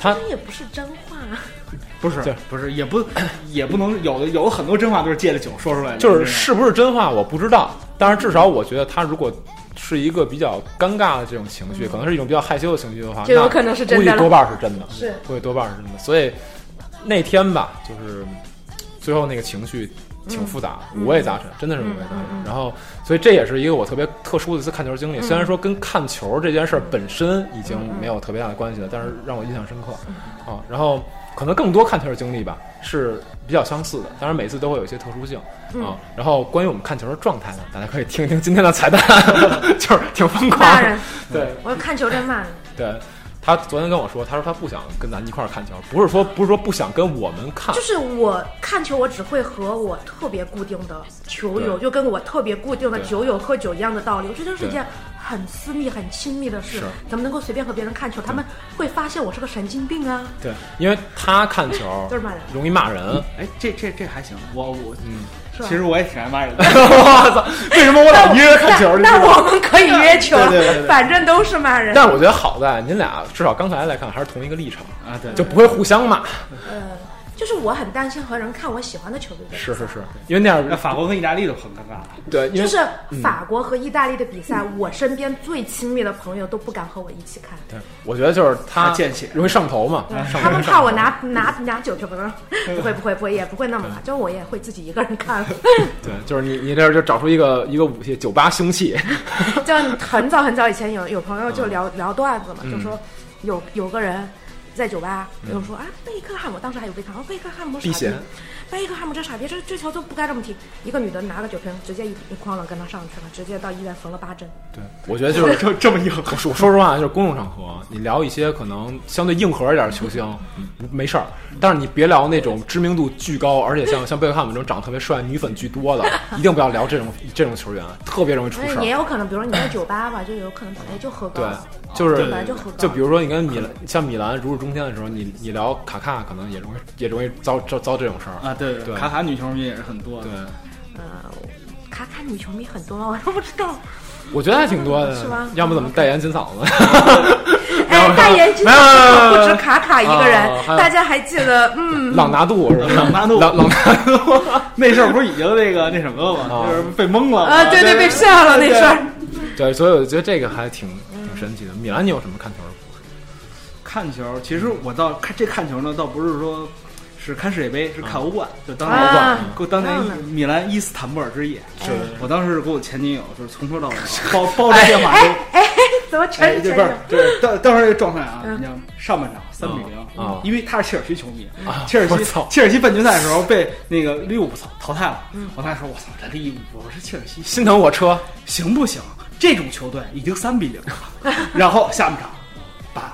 他也不是真话。 不是，也不能有很多真话都是借着酒说出来的。 是不是真话我不知道，但是至少我觉得他如果是一个比较尴尬的这种情绪，可能是一种比较害羞的情绪的话， 就有可能是真的了， 估计多半是真的， 是估计多半是真的。所以那天吧，就是最后那个情绪挺复杂，五味杂陈，真的是五味杂陈。然后，所以这也是一个我特别特殊的一次看球经历。虽然说跟看球这件事本身已经没有特别大的关系了，但是让我印象深刻啊。然后可能更多看球的经历吧是比较相似的，当然每次都会有一些特殊性啊。然后关于我们看球的状态呢，大家可以听一听今天的彩蛋，就是挺疯狂的。 骂人， 对， 我看球真骂人。 对。他昨天跟我说，他说他不想跟咱一块儿看球，不是说不想跟我们看， 就是我看球，我只会和我特别固定的球友，就跟我特别固定的酒友喝酒一样的道理。我觉得是一件很私密、很亲密的事，怎么能够随便和别人看球？他们会发现我是个神经病啊！ 对，因为他看球就是骂人， 容易骂人。 哎，这还行，其实我也挺爱骂人的。 我操！为什么我老一个人看球？ 那我们可以约球，反正都是骂人。 但我觉得好在您俩至少刚才来看还是同一个立场啊，对， 就不会互相骂。 就是我很担心和人看我喜欢的球队。 是，因为那样法国和意大利都很尴尬。 对， 就是法国和意大利的比赛，我身边最亲密的朋友都不敢和我一起看。 对，我觉得就是他见血容易上头嘛。 他们怕我拿酒瓶，不会，也不会那么就我也会自己一个人看。 对，就是你这就找出一个武器，酒吧凶器。 就很早以前有朋友就聊段子嘛，就说有个人在酒吧有人说啊，贝克汉姆，当时还有贝克汉姆，贝克汉姆傻逼，贝克汉姆这傻逼，这球都不该这么踢。一个女的拿个酒瓶直接一哐啷跟他上去了，直接到医院缝了8针。 对，我觉得就是这么硬。我说实话，就是公众场合，你聊一些可能相对硬核一点的球星，没事儿。但是你别聊那种知名度巨高，而且像贝克汉姆这种长得特别帅、女粉巨多的，一定不要聊这种球员，特别容易出事儿。 也有可能，比如说你在酒吧吧，就有可能本来就喝高。 对，就是本来就喝高。 就比如说你跟米兰如日中天的时候，你聊卡卡，可能也容易遭这种事儿啊。对，卡卡女球迷也是很多的。 对， 卡卡女球迷很多吗？我都不知道。 我觉得还挺多的， 是吧？ 要不怎么代言金嫂呢？ 代言金嫂不止卡卡一个人，大家还记得朗拿度是吧？ 朗拿度那事儿不是已经那什么了吗？就是被蒙了啊！对，被吓了那事儿。 对，所以我觉得这个还挺神奇的。米兰，你有什么看球的故事？ 看球，其实我看球呢，倒不是说是看世界杯，是看欧冠。就当年米兰伊斯坦布尔之夜， 是我当时给我前女友就是从头到尾包着电话都怎么全是前女友？对，当时这个状态啊，你看上半场3-0啊，因为他是切尔西球迷啊，切尔西半决赛的时候被那个利物浦淘汰了。我当时说我操，这利物浦是切尔西， 心疼我车行不行？这种球队已经3-0了，然后下半场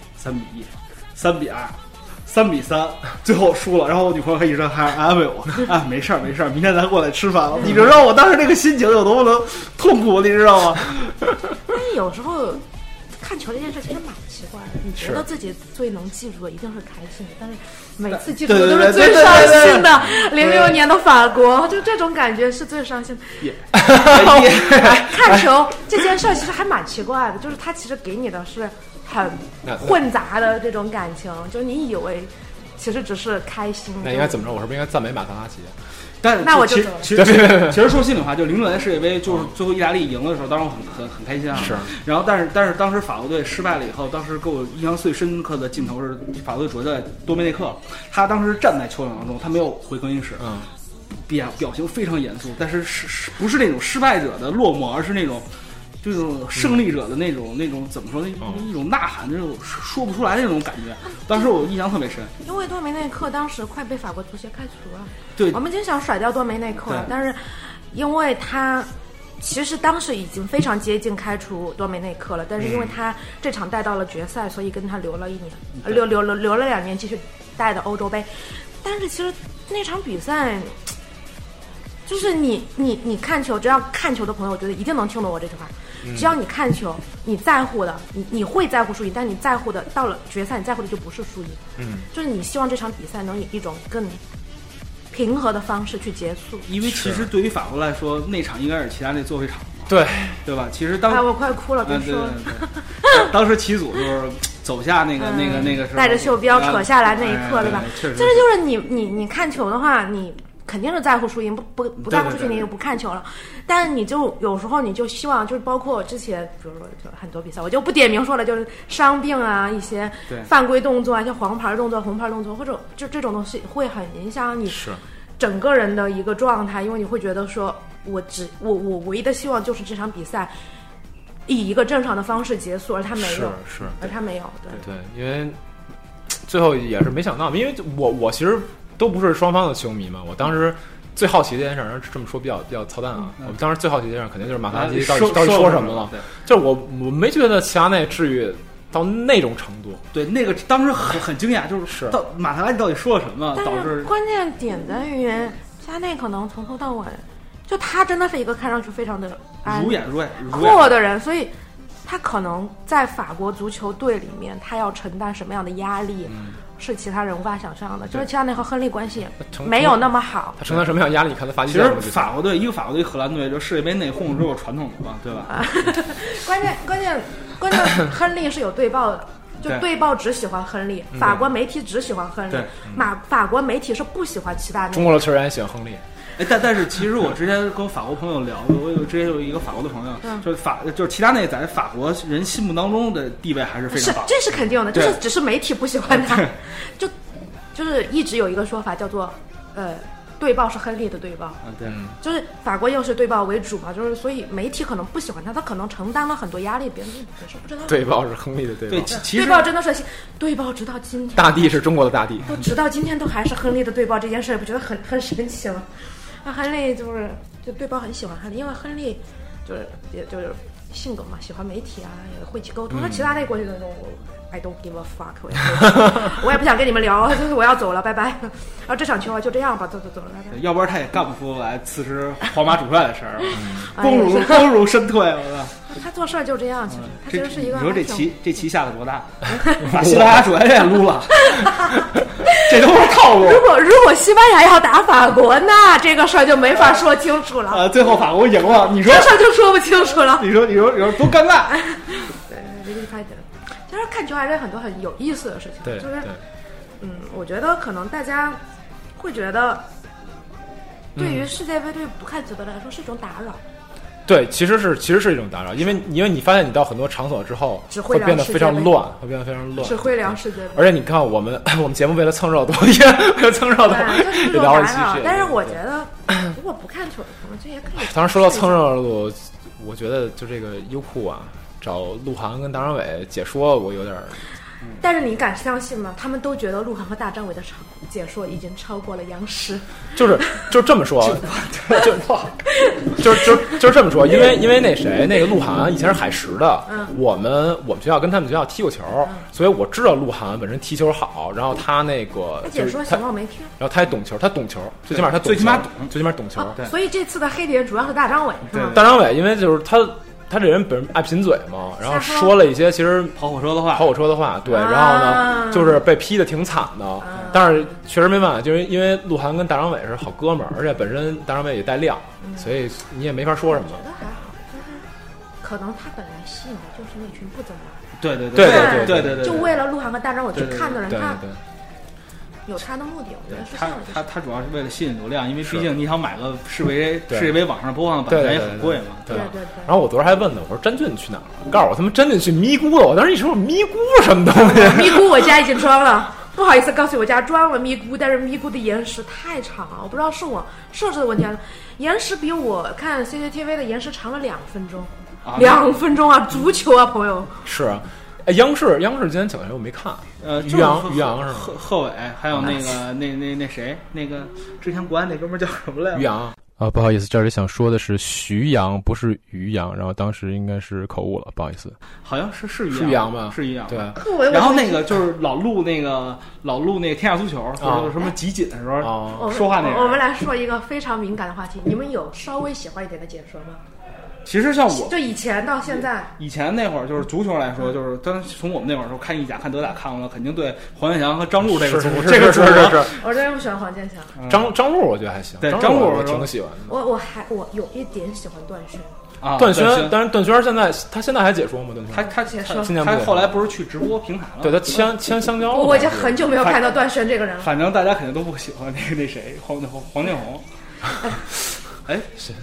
3-1、3-2、3-3，最后输了。然后我女朋友还一直还安慰我啊，没事儿，明天咱过来吃饭了。你知道我当时这个心情有多么的痛苦，你知道吗？ 但是有时候看球这件事其实蛮奇怪的，你觉得自己最能记住的一定是开心的，但是每次记住的都是最伤心的。06年的法国，就这种感觉是最伤心的。看球这件事其实还蛮奇怪的，就是它其实给你的是很混杂的这种感情，就是你以为其实只是开心。 那应该怎么着？我是不是应该赞美马特拉齐？ 但那我就其实说心里话，就06年世界杯，就是最后意大利赢了的时候，当时我很开心啊。 是。 然后但是当时法国队失败了以后，当时给我印象最深刻的镜头是法国队主教练多梅内克，他当时站在球场当中，他没有回更衣室，表情非常严肃，但是不是那种失败者的落寞，而是那种。这种胜利者的那种怎么说呢？一种呐喊，那种说不出来的那种感觉。当时我印象特别深， 因为多梅内克当时快被法国足协开除了。 对， 我们经想甩掉多梅内克，但是因为他其实当时已经非常接近开除多梅内克了，但是因为他这场带到了决赛，所以跟他留了1年，留了2年继续带的欧洲杯。但是其实那场比赛。就是你看球，只要看球的朋友，我觉得一定能听懂我这句话。只要你看球，你在乎的，你会在乎输赢，但你在乎的到了决赛，你在乎的就不是输赢。就是你希望这场比赛能以一种更平和的方式去结束。 因为其实对于法国来说，那场应该是齐达内最后一场。 对吧？其实我快哭了，别说了。 当时齐祖就是走下那个时候带着袖标扯下来那一刻，对吧？其实就是你看球的话，你肯定是在乎输赢，不在乎输赢你就不看球了。但是你就有时候你就希望，就是包括之前，比如说就很多比赛，我就不点名说了，就是伤病啊，一些犯规动作啊，像黄牌动作、红牌动作，或者就这种东西会很影响你整个人的一个状态，因为你会觉得说，我唯一的希望就是这场比赛以一个正常的方式结束，而他没有，而他没有， 对，因为最后也是没想到，因为我其实都不是双方的球迷嘛，我当时最好奇的一件事，这么说比较操蛋啊，我当时最好奇的一件事肯定就是马特拉齐到底说什么了，就是我没觉得齐达内至于到那种程度， 对，那个当时很惊讶，就是到马特拉齐到底说了什么，导致关键点在于齐达内可能从头到尾，就他真的是一个看上去非常的如眼阔的人，所以他可能在法国足球队里面，他要承担什么样的压力，是其他人无法想象的。就是齐达内和亨利关系没有那么好， 他承担什么样的压力？你看他发际线。其实法国队荷兰队，就世界杯内讧是有传统的嘛，对吧？ 关键，亨利是有对报的。就对报只喜欢亨利，法国媒体只喜欢亨利，法国媒体是不喜欢齐达内。 中国的球员喜欢亨利。 但是其实我之前跟法国朋友聊，我之前有一个法国的朋友，就是齐达内在法国人心目当中的地位还是非常高， 这是肯定的，就是只是媒体不喜欢他，就是一直有一个说法叫做对报是亨利的对报， 对， 就是法国又是对报为主嘛，就是所以媒体可能不喜欢他，他可能承担了很多压力，别人也是不知道。 对报是亨利的对报， 对报真的是对报，直到今天， 大地是中国的大地， 直到今天都还是亨利的对报这件事，不觉得很神奇吗？那亨利就对报很喜欢亨利，因为亨利也就是性格嘛，喜欢媒体啊，也会去沟通。那其他类过去的那种I don't give a fuck， 我也不想跟你们聊，就是我要走了，拜拜。然后这场球啊就这样吧，走了，拜拜。 要不然他也干不出来刺吃皇马主帅的事儿，光荣身退，我操！ 他做事就这样，其实他其实是一个。 你说这棋下的多大？把西班牙主教练撸了，这都是套路。 如果西班牙要打法国，那这个事儿就没法说清楚了。 最后法国赢了，你说这事儿就说不清楚了。 你说多尴尬。 对，离开点。其实看球还是很多很有意思的事情，就是我觉得可能大家会觉得，对于世界杯对不看球的来说是一种打扰。 对，其实是一种打扰，因为你发现你到很多场所之后，会变得非常乱， 指挥量世界杯。 而且你看我们节目为了蹭热度，也聊了几期。 但是我觉得，如果不看球的朋友，这也可以。 当时说到蹭热度，我觉得就这个优酷啊。找鹿晗跟大张伟解说，我有点。 但是你敢相信吗？他们都觉得鹿晗和大张伟的解说已经超过了央视。 就是这么说，就是这么说，因为那谁那个鹿晗以前是海石的，我们学校跟他们学校踢过球，所以我知道鹿晗本身踢球好，然后他那个他解说行吗？我没听。 然后他也懂球，最起码他懂，最起码懂球。 对，所以这次的黑点主要是大张伟。 对，大张伟因为就是他这人本身爱贫嘴嘛，然后说了一些其实跑火车的话， 对，然后呢，就是被批的挺惨的，但是确实没办法，就是因为鹿晗跟大张伟是好哥们儿，而且本身大张伟也带量，所以你也没法说什么。 我觉得还好，就是可能他本来吸引的就是那群不怎么对， 就为了鹿晗和大张伟去看的人，他有他的目的，我觉得是这样的。 他主要是为了吸引流量，因为毕竟你想买个世界杯网上播放的版权也很贵嘛。 对。 然后我昨儿还问他，我说詹俊去哪儿了？告诉我他们詹俊去咪咕了。我当时一说咪咕什么东西？ 咪咕我家已经装了，不好意思告诉我家装了咪咕，但是咪咕的延时太长了，我不知道是我设置的问题，延时比我看 CCTV 的延时长了2分钟，2分钟啊！足球啊，朋友。 是啊。央视今天讲谁我没看，于洋是吗？ 贺炜，还有那个那谁，那个之前国安那哥们叫什么来着？ 于洋啊，不好意思，这里想说的是徐阳，不是于洋，然后当时应该是口误了，不好意思。 好像是于洋吧？ 是于洋。 对。 然后那个就是老录那个天下足球，就是什么集锦的时候说话那个。 我们来说一个非常敏感的话题，你们有稍微喜欢一点的解说吗？ 其实像我， 就以前到现在， 以前那会儿就是足球来说，就是从我们那会儿时候看意甲、看德甲看完了，肯定对黄健翔和张路这个组合， 是。 我真不喜欢黄健翔。 张路我觉得还行， 对张路我挺喜欢的。 我有一点喜欢段暄。 段轩，但是段轩现在还解说吗？段轩他解说， 他后来不是去直播平台了？ 对，他签香蕉了。 我已经很久没有看到段轩这个人了。 反正大家肯定都不喜欢那谁黄建宏。哎，是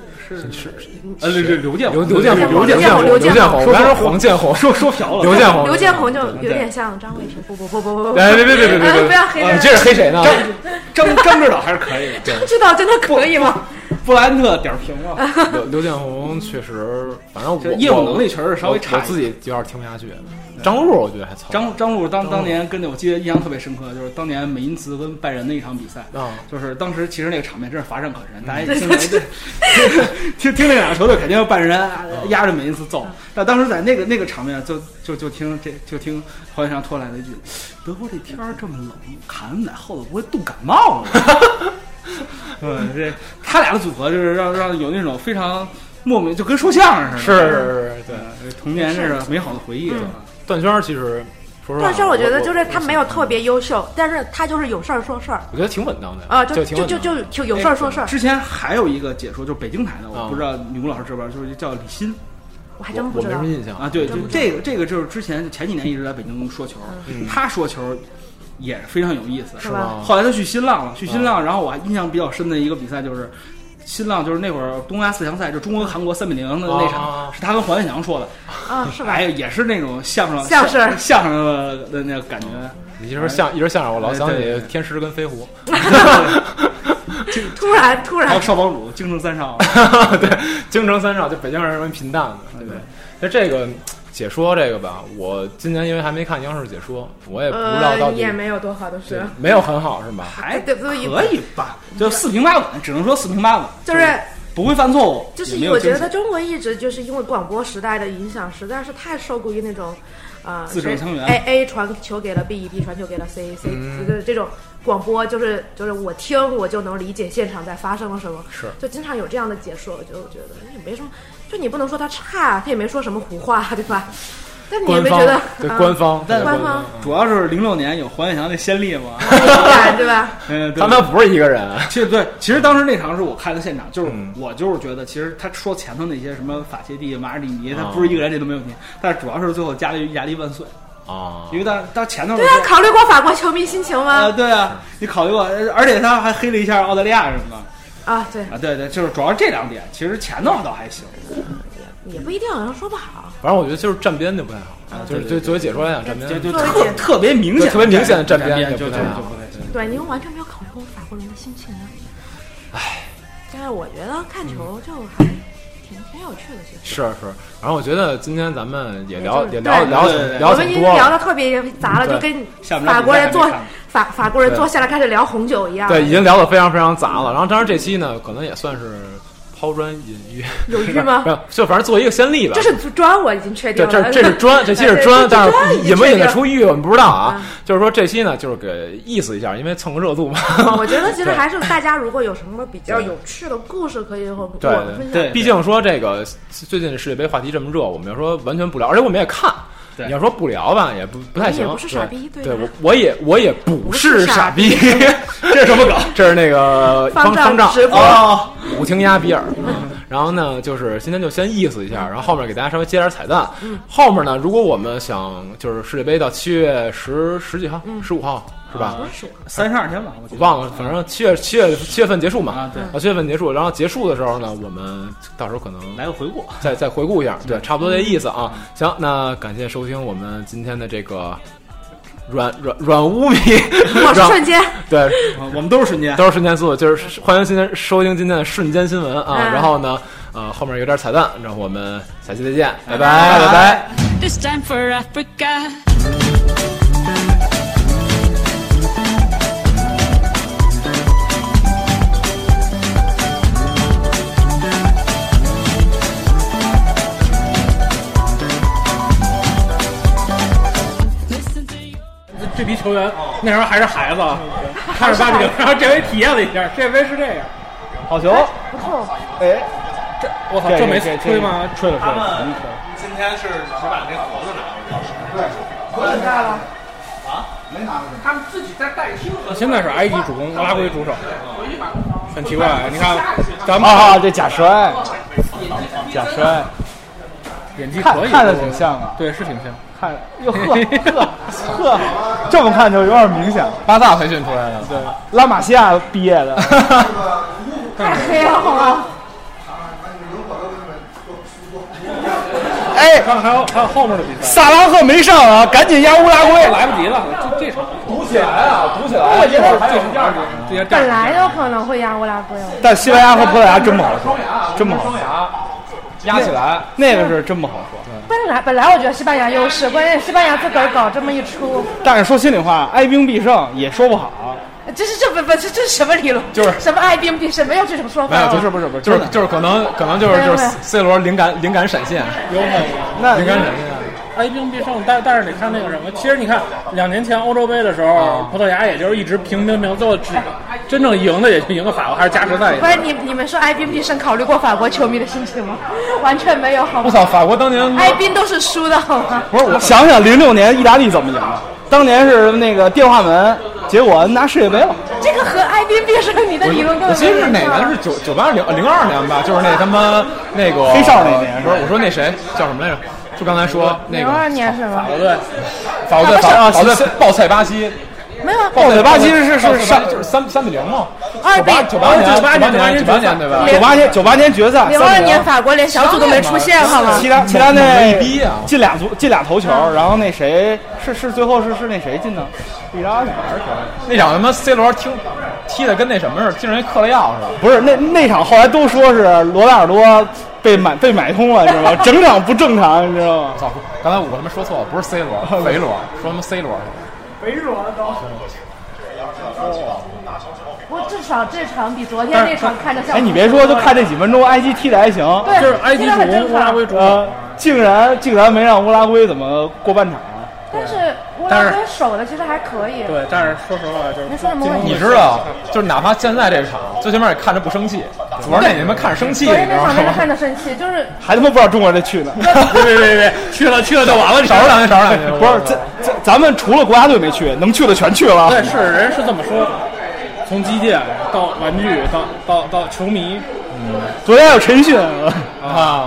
刘建宏， 我刚才说黄建宏， 说嫖了。 刘建宏就有点像张卫生，不， 别， 不要黑人。 你这是黑谁呢？ 张指导还是可以的。 张指导真的可以吗？ 布兰特点评了。 刘建宏确实，反正我业务能力确实稍微差， 我自己有点听不下去。张璐我觉得还糙。 张璐当年跟我记得印象特别深刻，就是当年美因茨跟拜仁的一场比赛就是当时其实那个场面真是乏善可陈，大家听那两个球队肯定要拜仁压着美因茨揍，但当时在那个场面就听黄健翔拖来了一句：“德国这天这么冷，卡恩在后头不会冻感冒吗？”这他俩的组合就是让有那种非常莫名，就跟说相声似的。 是， 对，童年这是美好的回忆。 段轩其实， 段轩我觉得就是他没有特别优秀，但是他就是有事儿说事儿。 我觉得挺稳当的啊，就有事儿说事儿。 之前还有一个解说，就是北京台的，我不知道女巫老师知不知道，就是叫李欣。 我还真不知道。 我没什么印象啊。对，就这个就是前几年一直在北京说球，他说球也非常有意思， 是吧？ 后来他去新浪，然后我还印象比较深的一个比赛就是。新浪就是那会儿东亚4强赛，就中国韩国3-0的那场，是他跟黄健翔说的啊，是吧？ 哎，也是那种相声的那个感觉。 你一说相声，我老想起天师跟飞狐。 突然， 还有少帮主、京城三少， 对，京城三少就北京人平淡的，对不对？那这个解说这个吧，我今年因为还没看央视解说，我也不知道到底也没有多好的是， 没有很好是吧？ 还可以吧，就4平8稳，只能说4平8稳， 就是不会犯错误。 就是我觉得中国一直就是因为广播时代的影响，实在是太受雇于那种自主强援 ，A 传球给了 B，B 传球给了 C，这种广播就是我听我就能理解现场在发生了什么， 是就经常有这样的解说，我就觉得也没什么。就你不能说他差，他也没说什么胡话，对吧？但你也没觉得对官方， 官方主要是06年有黄健翔的先例嘛， 对吧？ 他们不是一个人。 其实当时那场是我看的现场，就是我就是觉得，其实他说前头那些什么法切蒂、马尔蒂尼，他不是一个人，这都没问题。但是主要是最后加了意大利万岁啊， 因为他前头对啊，考虑过法国球迷心情吗？ 对啊，你考虑过，而且他还黑了一下澳大利亚什么的。 啊，对啊，对，就是主要是这2点，其实前头倒还行， 也不一定，好像说不好。 反正我觉得就是站边就不太好，就是作为解说来讲，站边就特别明显的站边就不太好。 对，您完全没有考虑过法国人的心情啊。 唉， 但是我觉得看球就还挺有趣的，其实。 是。然后我觉得今天咱们也聊挺多， 我们已经聊得特别杂了，就跟法国人坐下来开始聊红酒一样。 对，已经聊得非常非常杂了。然后当然这期呢，可能也算是抛砖引玉。 有玉吗？ 没有，就反正做一个先例吧。 这是砖，我已经确定了。 这是砖，这期是砖，但是引不引得出玉我们不知道啊。就是说这期呢，就是给意思一下，因为蹭个热度嘛。 我觉得其实还是大家如果有什么比较有趣的故事，可以和我们分享。 对，毕竟说这个最近世界杯话题这么热，我们要说完全不聊，而且我们也看。你要说不聊吧，也不太行。 也不是傻逼， 对，我也不是傻逼。 这是什么梗？ 这是那个方丈直播武廷压比尔。然后呢，就是今天就先意思一下，然后后面给大家稍微接点彩蛋。后面呢，如果我们想就是世界杯到7月十几号，15号是吧 ？32天吧， 我忘了，反正7月份结束嘛。 啊，对 ，7月份结束，然后结束的时候呢，我们到时候可能来个回顾， 再回顾一下，对，差不多这意思啊。行，那感谢收听我们今天的这个软污迷， 我是瞬间， 对， 我们都是瞬间速，就是欢迎今天收听今天的瞬间新闻啊。然后呢，后面有点彩蛋，然后我们下期再见，拜拜。This time for Africa. This 这批球员那时候还是孩子，看着80，然后这回体验了一下，这回是这样，好球， 不错。 哎，这我操，这没吹吗？吹了。 他们今天是只把这盒子拿回去， 对， 盒子带了啊，没拿回去。他们自己在代听。 现在是埃及主攻，俄拉圭主守，很奇怪。你看，咱们这假摔。 贾帅， 演技可以， 看着挺像啊， 对，是挺像。 看哟呵，这么看就有点明显。 巴萨培训出来的， 对，拉玛西亚毕业的， 太黑了好吗？ 哎， 看还有后面的比赛， 萨拉赫没上啊，赶紧压乌拉圭， 来不及了，这场堵起来啊，堵起来！ 一会儿还有第二场， 本来有可能会压乌拉圭， 但西班牙和葡萄牙真不好说，真不好说。压起来， 那个是真不好说。 本来我觉得西班牙优势，关键西班牙自个儿搞这么一出。 但是说心里话，哀兵必胜也说不好。 这是什么理论？ 就是什么哀兵必胜，没有这种说法。 没有，不是，就是可能就是 C 罗灵感闪现， 有可能。 那灵感闪现。 哀兵必胜，但是你看那个什么，其实你看2年前欧洲杯的时候，葡萄牙也就是一直平，最后真正赢的也就赢了法国，还是加时赛。 不是你们说哀兵必胜，考虑过法国球迷的心情吗？完全没有，好吗？ 我操，法国当年哀兵都是输的，好吗？ 不是，我想想06年意大利怎么赢的，当年是那个电话门，结果拿世界杯了。 这个和哀兵必胜你的理论根本我记得是哪年？是98、02年吧？就是他妈那个黑哨那年。 不是，我说那谁叫什么来着？就刚才说那个 02年是吗？ 法国队爆菜巴西。 没有， 爆菜巴西是上就是3-0嘛。 98 年对吧 ？98年决赛。 02年法国连小组都没出现，好吗？ 其他那进俩头球，然后那谁是最后是那谁进的？利拉是还是谁？ 那场他妈 C 罗踢的跟那什么似的，竟然嗑了药似的。 不是那场后来都说是罗纳尔多被买通了，知道吗？整场不正常，你知道吗？ 操！刚才我他妈说错了，不是 C 罗，肥罗，说他妈 C 罗。 肥罗都。 不过至少这场比昨天那场看着像。 哎，你别说，就看这几分钟，埃及踢的还行， 对， 就是埃及主乌拉圭主， 竟然没让乌拉圭怎么过半场。 但是乌拉圭守的其实还可以。 对，但是说实话就是没说什么问题。 你知道，就是哪怕现在这场，最起码也看着不生气。主要是你他妈看着生气， 昨天那场没人看着生气，就是还他妈不知道中国人去呢。 别，去了就完了， 少说两句。 不是，咱们除了国家队没去，能去的全去了。 对，是人是这么说。从基建到玩具到球迷， 昨天还有陈迅啊。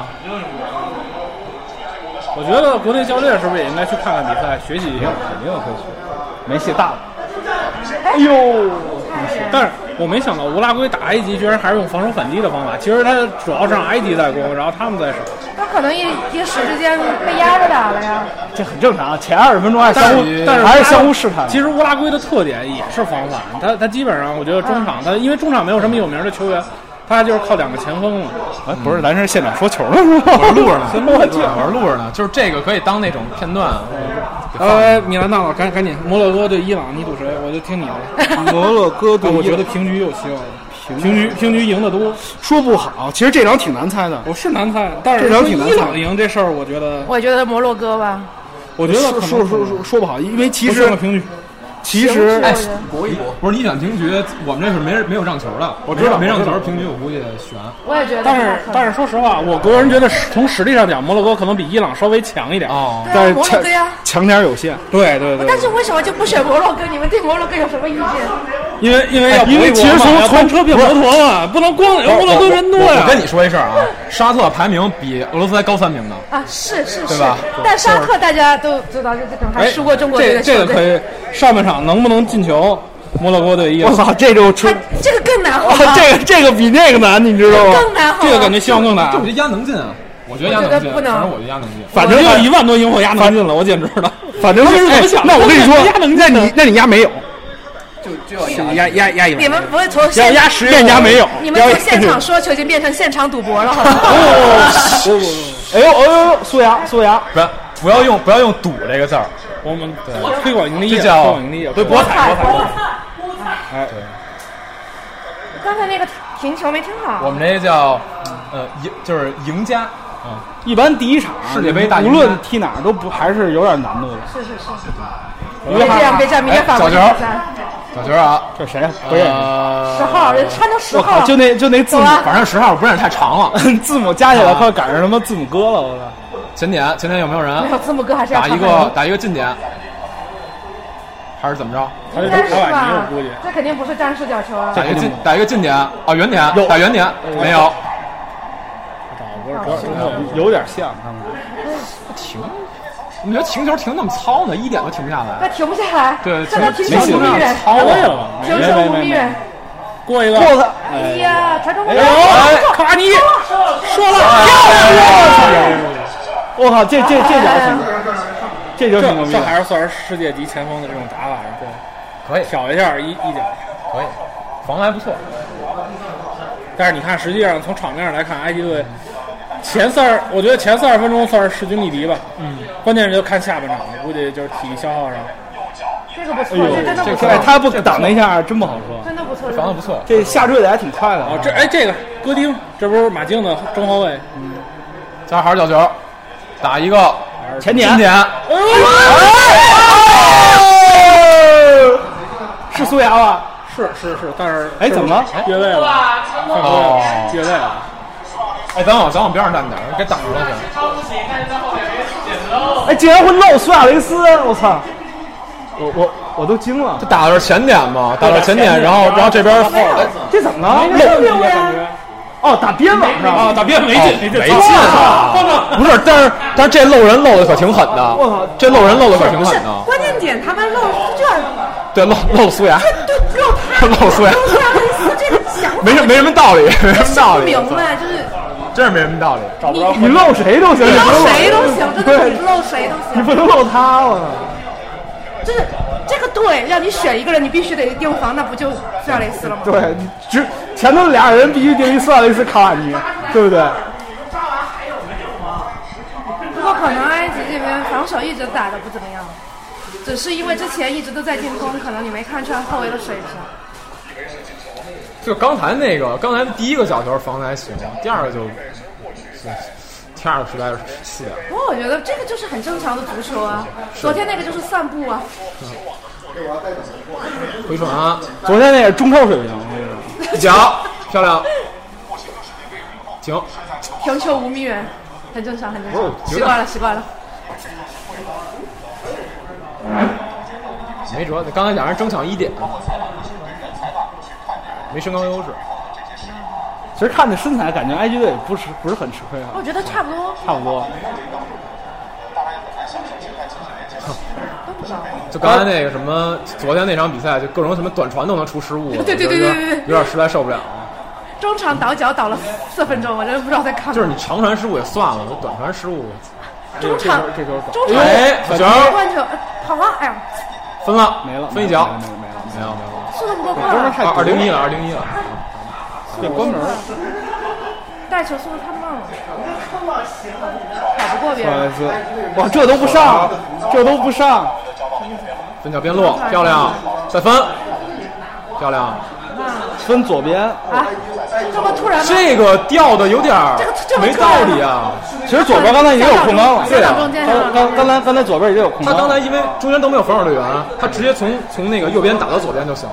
我觉得国内教练是不是也应该去看看比赛，学习一下？ 肯定可以去，没戏大了。哎呦！ 但是我没想到乌拉圭打埃及居然还是用防守反击的方法。其实他主要是让埃及在攻，然后他们在守。 那可能一时之间被压着打了呀。 这很正常，前20分钟还是相互试探。 其实乌拉圭的特点也是防反，他基本上我觉得中场他因为中场没有什么有名的球员。他就是靠2个前锋嘛。 不是，咱是现场说球呢，是吧？ 我是录着呢，我是录着呢。就是这个可以当那种片段。 米兰大佬，赶紧，摩洛哥对伊朗，你赌谁？我就听你的。 摩洛哥对， 我觉得平局有希望。平局赢得多， 说不好。其实这场挺难猜的， 我是难猜，但是伊朗赢这事儿，我觉得摩洛哥吧。 我觉得说不好，因为其实平局。 其实， 搏一搏，不是你想平局，我们这是没有让球的。我知道没让球，平局我估计悬。 我也觉得。 但是说实话，我个人觉得从实力上讲，摩洛哥可能比伊朗稍微强一点。 哦，但是摩洛哥呀， 强点有限。 对。 但是为什么就不选摩洛哥？你们对摩洛哥有什么意见？ 因为其实从车变摩托嘛，不能光摩洛哥人多呀。 我跟你说一事啊，沙特排名比俄罗斯还高3名呢。 啊，是， 对吧？ 但沙特大家都知道，这种还输过中国队的球队。 这个可以，上半场能不能进球？摩洛哥队一样。 我操，这个更难好吗？这个比那个难，你知道吗？ 更难好。 这个感觉希望更大。 我觉得压能进啊。我觉得压能进，反正我觉得压能进。 反正有1万多赢我压能进了，我简直了。 反正是怎么想？那我跟你说，那你压没有？ 就要压1万。 你们不会从压10店家没有？ 你们从现场说球已经变成现场赌博了，好吗？ 哎呦，苏牙， 不要用赌这个字儿。 我们推广盈利， 这叫对博彩。 哎， 对。 刚才那个停球没听好。 我们这叫就是赢家啊。 一般第一场世界杯大赢家， 无论踢哪都不还是有点难度的。 是。别这样，明天法国比赛。 小球啊， 这谁啊？不认识。 10号，人穿成10号。 就那字母， 反正10号不认识太长了， 字母加起来快赶上什么字母哥了，我操！ 前点有没有人？ 没有字母哥还是要打一个近点，还是怎么着？ 应该是吧？这肯定不是战术角球啊！ 打一个近点啊，圆点，打圆点没有。 有点像， 停。我们觉得停球停那么糙呢，1点都停不下来。 那停不下来。 对， 这都停球无密远， 糙了， 停球无密远。 过一个， 过他！ 哎呀，传中没有！ 卡瓦尼说了， 我靠，这脚挺，这就挺牛逼。 这还是算是世界级前锋的这种打法，对， 可以挑一下一脚， 可以，防的还不错。 但是你看，实际上从场面上来看，埃及队我觉得前30分钟算是势均力敌吧。关键是就看下半场，估计就是体力消耗上。 这个不错，这真的不错。 他不挡那一下真不好说， 真的不错， 防的不错。 这下坠的还挺快的。 哦，这个戈丁，这不是马竞的中后卫。 加好角球，打一个前点，是苏牙吧？ 是，但是怎么了？ 越位了？越位了。 咱往边上站点，给挡住了。 竟然会漏苏亚雷斯！我操！我都惊了。 这打的是前点嘛？打的前点，然后这边这怎么了？漏呀！打边网上打边没进不是，但是这漏人漏的可挺狠的。 我操， 这漏人漏的可挺狠的。 关键点他们漏这。 对，漏苏牙。 对， 漏苏牙。 这个想法没什么道理，没什么道理。 明白，就是真是没什么道理。 找不着。 你漏谁都行， 你漏谁都行，真的你漏谁都行。 你不能漏他，我操！ 就是这个队让你选一个人，你必须得盯防，那不就苏亚雷斯了吗？ 对，前头俩人必须定义苏亚雷斯、卡瓦尼，对不对？ 不过可能埃及这边防守一直打得不怎么样，只是因为之前一直都在进攻，可能你没看出来后卫的水平。 就刚才第一个角球防的还行，第二个就。第二个实在是气了。 不过我觉得这个就是很正常的足球啊，昨天那个就是散步啊。 回传啊， 昨天那个中超水平， 一脚漂亮， 停球5米远，很正常，习惯了。 没辙，刚才俩人争抢1点，没身高优势。 其实看这身材，感觉埃及队不是很吃亏啊。 我觉得差不多。 就刚才那个什么，昨天那场比赛，就各种什么短传都能出失误， 对， 有点实在受不了。 中场倒脚倒了4分钟，我真的不知道在干嘛。 就是你长传失误也算了，短传失误。 中场好球， 换球跑了，哎呀， 分了， 没了， 分一脚， 没有， 速度不够快了 ，201了。 对，关门， 带球速度太慢了，跑不过别人。 哇，这都不上， 分脚边路，漂亮，再分，漂亮， 分左边啊，这么突然吗？ 这个掉的有点没道理啊。 其实左边刚才已经有空当了， 对啊， 刚才左边已经有空当。 他刚才因为中间都没有防守队员，他直接从那个右边打到左边就行了。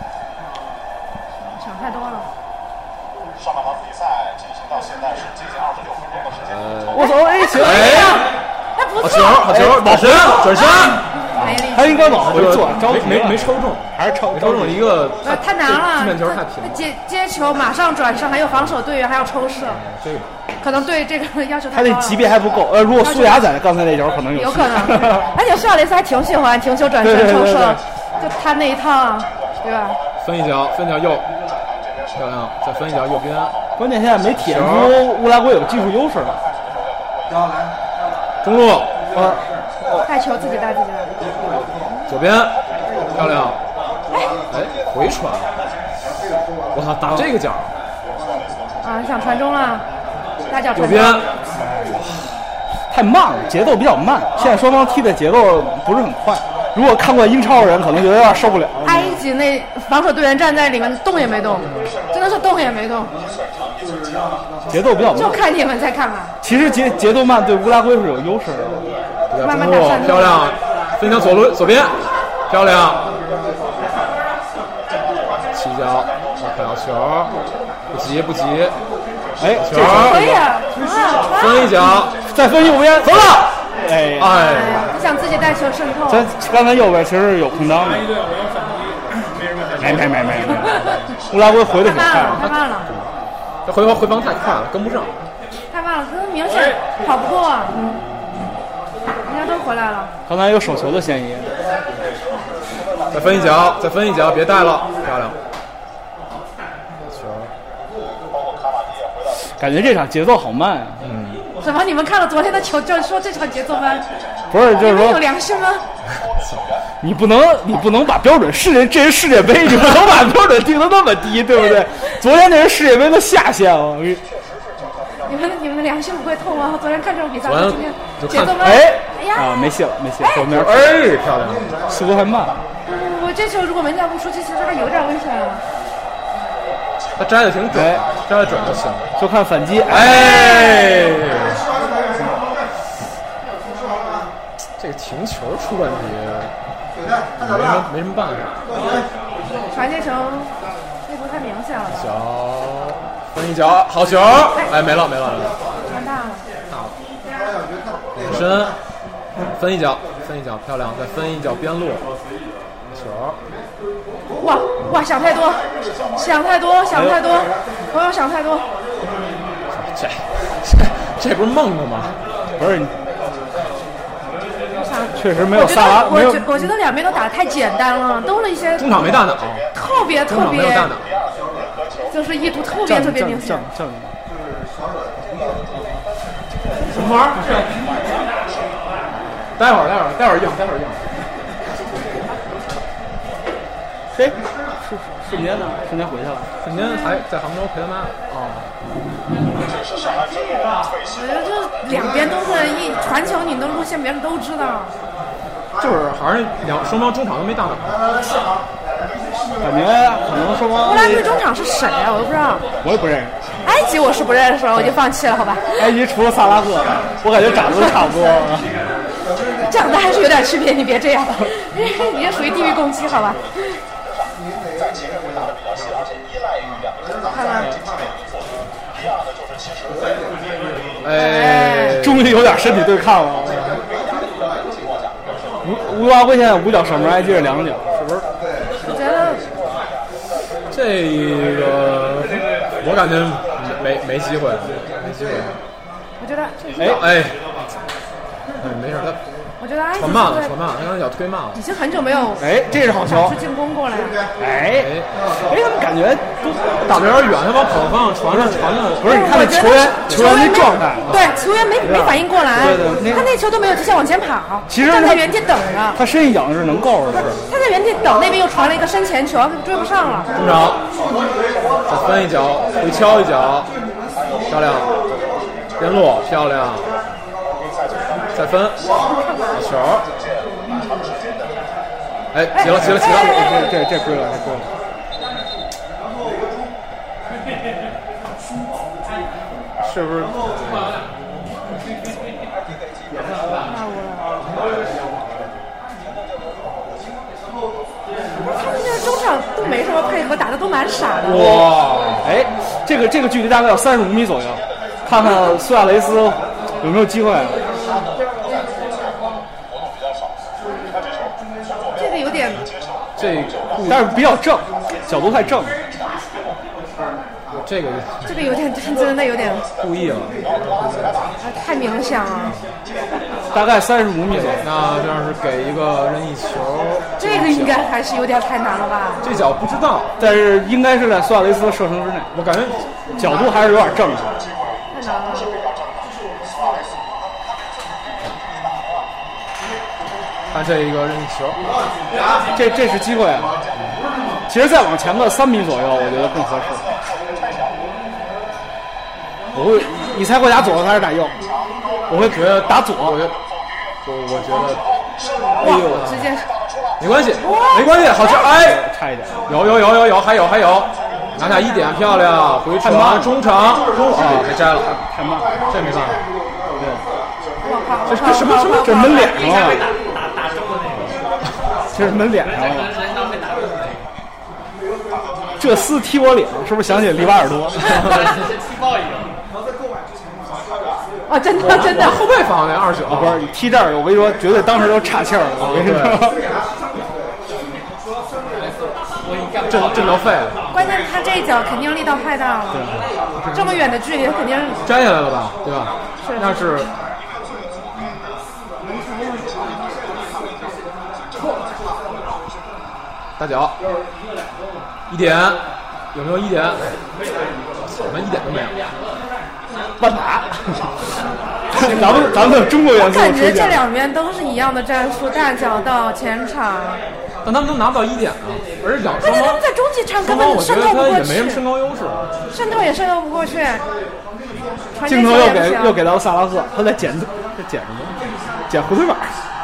想太多了。 上半场比赛进行到现在是接近26分钟的时间。 我操，行， 不错， 好球，转身， 他应该往回做， 没抽中，还是抽中了一个。 太难了， 面球太平。 接球马上转身，还有防守队员，还要抽射， 这个可能对这个要求他那级别还不够。如果苏牙在刚才那球可能有可能，而且苏亚雷斯还挺喜欢停球转身抽射，就他那一套，对吧？ 分一脚右，漂亮，再分一脚右边。 关键现在没体现出乌拉圭有技术优势了。 中路， 带球自己带， 左边，漂亮，回传，我操，打这个脚啊！想传中了，大脚传中。 右边， 太慢了，节奏比较慢。现在双方踢的节奏不是很快。如果看过英超的人，可能觉得有点受不了。 埃及那防守队员站在里面动也没动，真的是动也没动。 节奏比较慢， 就看你们在干嘛。 其实节奏慢对乌拉圭是有优势的。 慢慢打散， 漂亮，分脚左边，漂亮，起脚，看到球，不急，球可以啊， 分一脚， 再分右边， 走了， 他想自己带球渗透。 咱刚才右边其实有空当的。没，乌拉圭回的挺快， 太慢了， 这回防太快了，跟不上。 太慢了，可能明显跑不过啊。人家都回来了。 刚才有手球的嫌疑。 再分一脚，再分一脚，别带了，漂亮。球。 感觉这场节奏好慢啊。 怎么？你们看了昨天的球就说这场节奏慢？ 不是，就是说有良心吗？ 你不能把标准这是世界杯，你不能把标准定得那么低，对不对？昨天那是世界杯的下限了。 你们的良心不会痛吗？昨天看这种比赛，今天节奏慢。 哎呀啊，没戏了，左面漂亮， 速度还慢。 我这球如果门将不出去，其实还有点危险啊。 他摘的挺准，摘的准就行， 就看反击。 这个停球出问题，没什么办法。 传接球力度太明显了。 分一脚，好球！哎，没了。 传大了。 转身，分一脚，漂亮，再分一脚边路，球。 哇，想太多，朋友想太多。 这不是梦的吗？ 不是，确实没有萨拉， 我觉得两边都打得太简单了，都是一些中场没大脑， 特别没有大脑， 就是意图特别明显。 什么玩意儿？待会儿硬。 谁？瞬间呢？瞬间回去了。 瞬间还在杭州陪他妈。 我觉得这两边都是一传球，你的路线别人都知道。 就是好像双方中场都没大脑。 感觉可能双方。 乌拉圭中场是谁啊？我都不知道。 我也不认识。 埃及我是不认识了，我就放弃了，好吧。 埃及除了萨拉赫，我感觉长得都差不多。 长得还是有点区别，你别这样，你这属于地域攻击，好吧？看看。 终于有点身体对抗了。乌拉圭现在5脚射门，埃及是2脚，是不是？ 我觉得这个我感觉没机会。 我觉得没事，他我觉得埃及传慢了，他刚才脚推慢了， 已经很久没有这是好球， 是进攻过来了。 他们感觉都打得有点远，他往跑方向传的， 不是？你看那球员那状态， 对，球员没反应过来， 对， 他那球都没有直线往前跑， 其实站在原地等着， 他身一仰是能够的， 他在原地等，那边又传了一个身前球，追不上了。 中场再分一脚，回敲一脚，漂亮，边路漂亮，再分球。急了！ 这归了。 是不是？ 他们这个中场都没什么配合，打的都蛮傻的。 哇！这个距离大概要35米左右，看看苏亚雷斯有没有机会。 这个有点， 但是比较正，角度太正。 这个有点真的有点故意了， 太明显了。 大概35米左右， 那这样是给一个任意球。 这个应该还是有点太难了吧？ 这脚不知道， 但是应该是在苏亚雷斯的射程之内。 我感觉角度还是有点正的。 太难了。 看这一个任意球， 这是机会啊！其实再往前个3米左右，我觉得更合适。你猜会打左还是打右？我会觉得打左。我觉得， 直接没关系，好球！ 差一点。 有，还有，拿下1点，漂亮！回传中场，被摘了， 太慢， 这没办法。 这什么？这门脸上了。这是门脸上了。这厮踢我脸，是不是想起里瓦尔多？ 啊，真的， 后背防那29， 不是你踢这儿，我跟你说，绝对当时都岔气儿了。我跟你说， 震都废了。 关键他这一脚肯定力道太大了，这么远的距离肯定摘下来了吧，对吧？ 是那是大脚1点，有没有1点？我们1点都没有。 万打，咱们中国元素。 感觉这两边都是一样的战术，大脚到前场。 但他们都拿不到1点呢，而且关键他们在中继场根本渗透不过去， 也没什么身高优势， 渗透也渗透不过去。 镜头又给到萨拉赫，他在捡什么？捡胡腿板。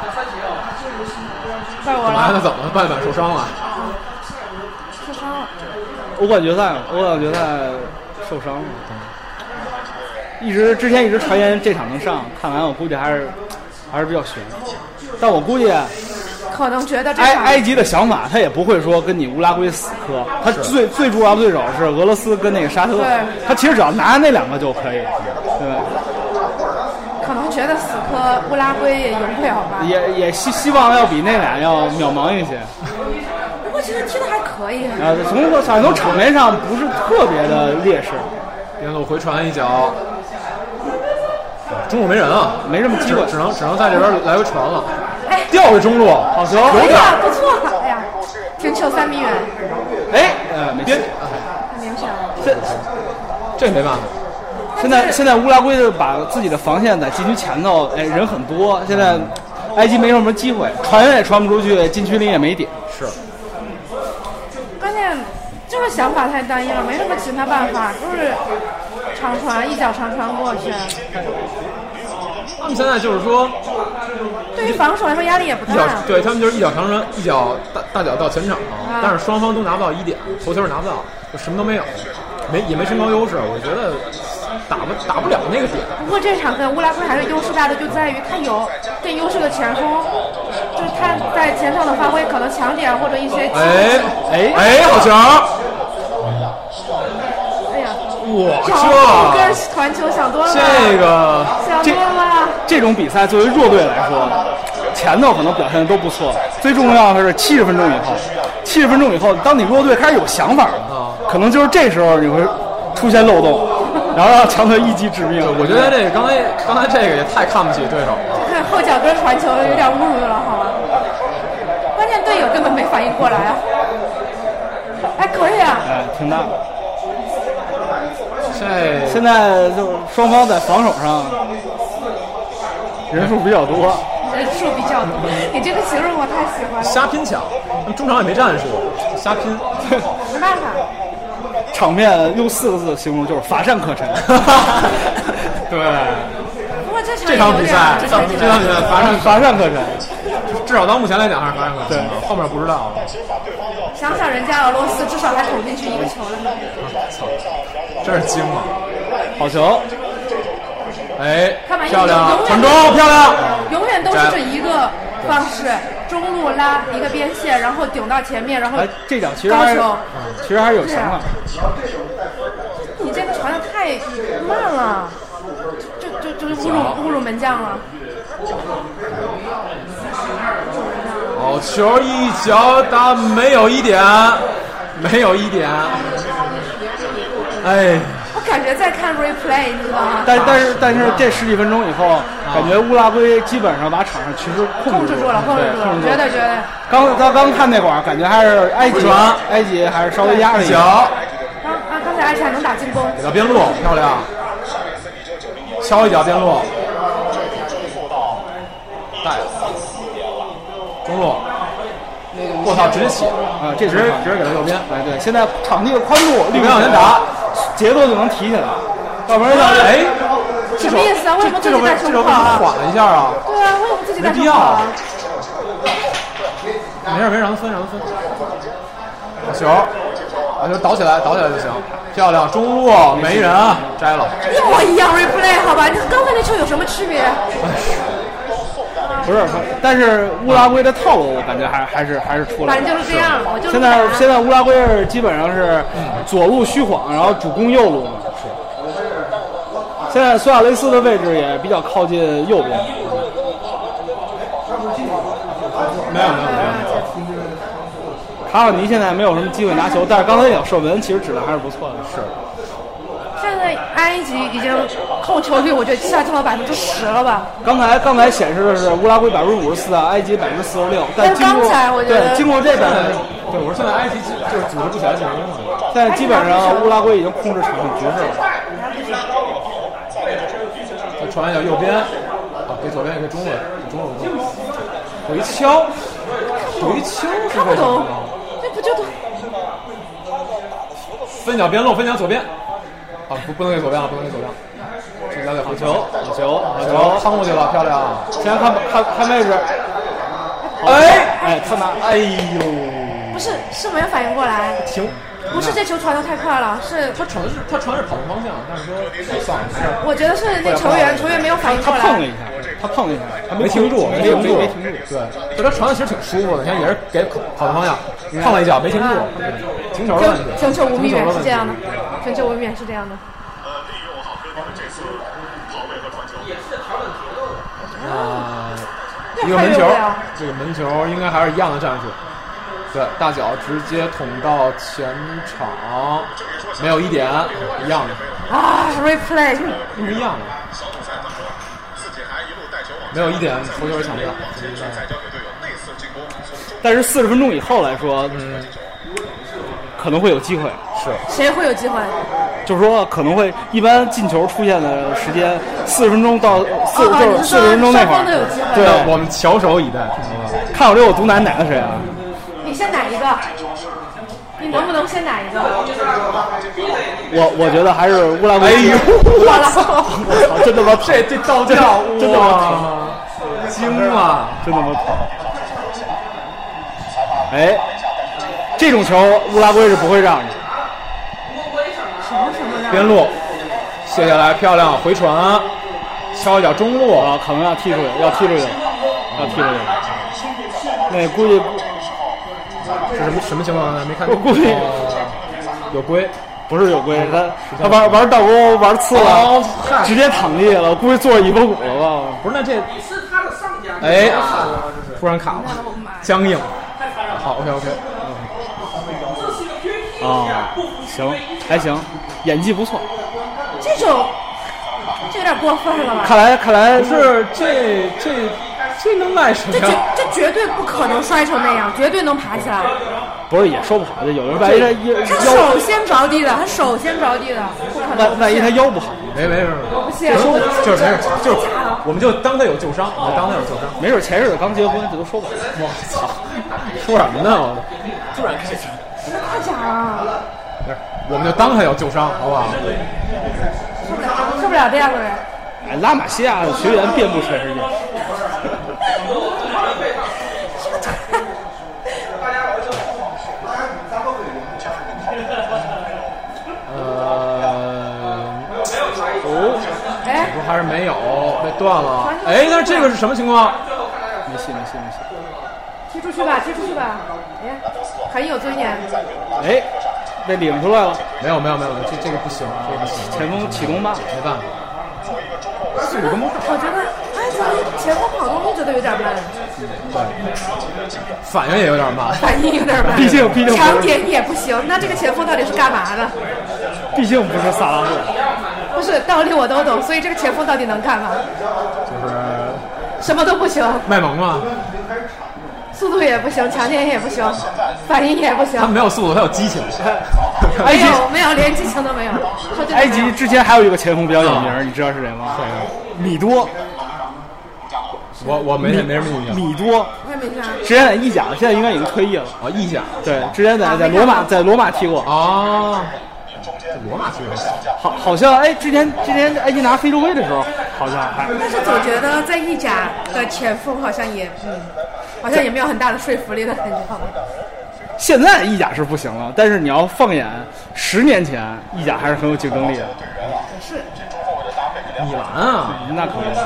怪我了。 他怎么半板受伤了？ 受伤了。 欧冠决赛受伤了。之前一直传言这场能上，看完我估计还是比较悬，但我估计可能觉得埃及的想法，他也不会说跟你乌拉圭死磕，他最主要的对手是俄罗斯跟那个沙特，他其实只要拿那2个就可以，对吧？ 可能觉得死磕乌拉圭也赢不了吧？ 也希望要比那俩要渺茫一些。 不过其实踢得还可以。 从场面上不是特别的劣势。 边路回传一脚。中路没人啊， 没什么机会， 只能在这边来回传了。 哎， 掉回中路，好球！ 哎呀，不错，哎呀，停球3米远。 哎，没太明显了。 这没办法。 现在乌拉圭就把自己的防线在禁区前头，哎，人很多。现在埃及没什么机会，传也传不出去，禁区里也没点。 是。 关键这个想法太单一了，没什么其他办法，就是长传，一脚长传过去。 他们现在就是说， 对于防守来说压力也不大。 对他们就是一脚长传，一脚大脚到前场，但是双方都拿不到1点，头球拿不到，就什么都没有，也没身高优势。我觉得打不了那个点。 不过这场跟乌拉圭还是优势大的，就在于他有更优势的前锋，就是他在前场的发挥可能强点或者一些。 好球！ 哎呀， 哇， 跟传球想多了。想多了。 这种比赛作为弱队来说，前头可能表现的都不错，最重要的是70分钟以后，当你弱队开始有想法了，可能就是这时候你会出现漏洞，然后让强队一击致命。 我觉得这个刚才这个也太看不起对手了。 看后脚跟传球有点侮辱了，好吗？关键队友根本没反应过来啊！哎，可以啊！ 哎，挺大的。现在就双方在防守上人数比较多。 你这个形容我太喜欢了。 瞎拼抢，中场也没战术，瞎拼， 没办法。 场面用4个字形容就是乏善可陈。 对。 不过这场比赛乏善可陈， 至少到目前来讲还是乏善可陈。后面不知道。 想想人家俄罗斯至少还捅进去1个球了呢。 操，真是惊了！ 好球！ 哎， 漂亮，传中漂亮。 永远都是这一个方式，中路拉一个边线，然后顶到前面，然后这脚其实还是有想法。 你这个传的太慢了，就是侮辱门将了。 好球，一脚打没有1点，哎。 我感觉在看 replay， 你知道吗？ 但是这10几分钟以后，感觉乌拉圭基本上把场上趋势控制住了，绝对。刚看那会儿，感觉还是埃及还是稍微压了一脚。 刚才埃及还能打进攻， 给到边路，漂亮，敲一脚边路，带中路，我操，直接起啊！这直接给他右边。 哎，对，现在场地的宽度， 立刻往前打。 节奏就能提起来，要不然什么意思啊？为什么自己带球跑啊？ 缓了一下啊。 对啊，为什么自己带球跑啊？ 没事，让他分。好球，把球倒起来就行，漂亮，中路没人，摘了。 一模一样 replay 好吧？你刚才那球有什么区别？ 不是，但是乌拉圭的套路我感觉还是出来了。 反正就是这样，我就是现在乌拉圭是基本上是左路虚晃，然后主攻右路嘛。现在苏亚雷斯的位置也比较靠近右边。 没有。 卡瓦尼现在没有什么机会拿球，但是刚才那脚射门其实质量还是不错的。 是。 现在埃及已经控球率，我觉得下降到10%了吧？ 刚才显示的是乌拉圭54%，埃及46%。但刚才我觉得经过这边， 对，我说现在埃及就是组织不起来进攻了。 现在基本上乌拉圭已经控制场上局势了。 再传一脚右边，给左边也给中路，回敲， 看不懂，这不就分脚边路，分脚左边。不能给左边了，不能给左边。这脚得回球，好球，趟过去了，漂亮。 先看位置。他拿， 不是没有反应过来。 停。 不是这球传得太快了，是他传是跑动方向，但是说算了。 我觉得是那球员没有反应过来。 他碰了一下， 他没停住。对，就他传的其实挺舒服的，你看也是给跑动方向，碰了一脚没停住，停球的问题。 停球5米远是这样的，停球5米远是这样的。 一个门球，这个门球应该还是一样的战术。对，大脚直接捅到前场，没有1点，一样的。 replay 一模一样的。没有1点，头球抢不到。 但是40分钟以后来说，可能会有机会。 是。 谁会有机会？ 就是说可能会，一般进球出现的时间40分钟到40分钟那会儿。 对，我们翘首以待。 看我这我毒奶哪个谁啊？ 你先哪一个？你能不能先哪一个？ 我觉得还是乌拉圭。 我操！真他妈这倒吊， 真他妈疼， 惊了， 真他妈疼。这种球乌拉圭是不会让的。 边路卸下来，漂亮回传，敲一脚中路可能要踢出去，要踢出去。那估计。 是什么情况呢？没看见。 估计有龟， 不是有龟，他玩倒钩玩次了，直接躺地了，估计坐一波骨了吧？ 不是，那这是他的上家。 突然卡了，僵硬。好 ，OK。 行，还行，演技不错。 这有点过分了吧？ 看来不是这能赖什么呀？ 这绝对不可能摔成那样，绝对能爬起来。 不是也说不好，有人万一他手先着地的，不可能。 万一他腰不好， 没事， 我不信， 就是没事，就是我们就当他有旧伤， 没准前日子刚结婚，这都说不好。 我操，说什么呢？突然开始， 太假了。 我们就当他有旧伤，好不好？ 受不了这样的人。 拉玛西亚的学员遍布全世界。 不还是没有被断了。但是这个是什么情况？ 没戏。 踢出去吧。很有尊严。 被领出来了。 没有，这个不行， 前锋启动慢， 没办法。速度跟不上。 我觉得埃及前锋跑动一直都有点慢。 反应也有点慢。 毕竟强点也不行。那这个前锋到底是干嘛的？ 毕竟不是萨拉赫。 不是，道理我都懂，所以这个前锋到底能干嘛？ 就是什么都不行。 卖萌嘛。 速度也不行，强点也不行，反应也不行。 他没有速度，他有激情。 没有，连激情都没有。 埃及之前还有一个前锋比较有名，你知道是谁吗？米多。 我没什么印象。 米多。 我也没看。 之前在意甲，现在应该已经退役了。 意甲。 对，之前在罗马踢过。 罗马踢过。好像之前埃及拿非洲杯的时候，好像还。 但是总觉得在意甲的前锋好像也没有很大的说服力的感觉。 现在意甲是不行了，但是你要放眼10年前，意甲还是很有竞争力的。 是。 米兰啊， 那可以。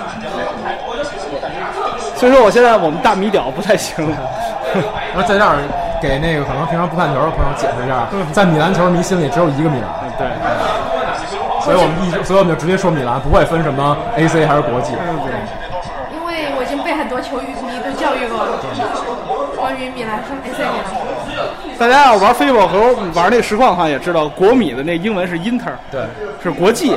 所以说，我们大米屌不太行。 然后在这儿给那个可能平常不看球的朋友解释一下，在米兰球迷心里只有一个米兰。 对。 所以我们就直接说米兰，不会分什么 AC 还是国际。 因为我已经被很多球迷都教育过了，关于米兰说 AC 米兰。 大家要玩飞宝和玩那个实况的话，也知道国米的那英文是 Inter， 对， 是国际。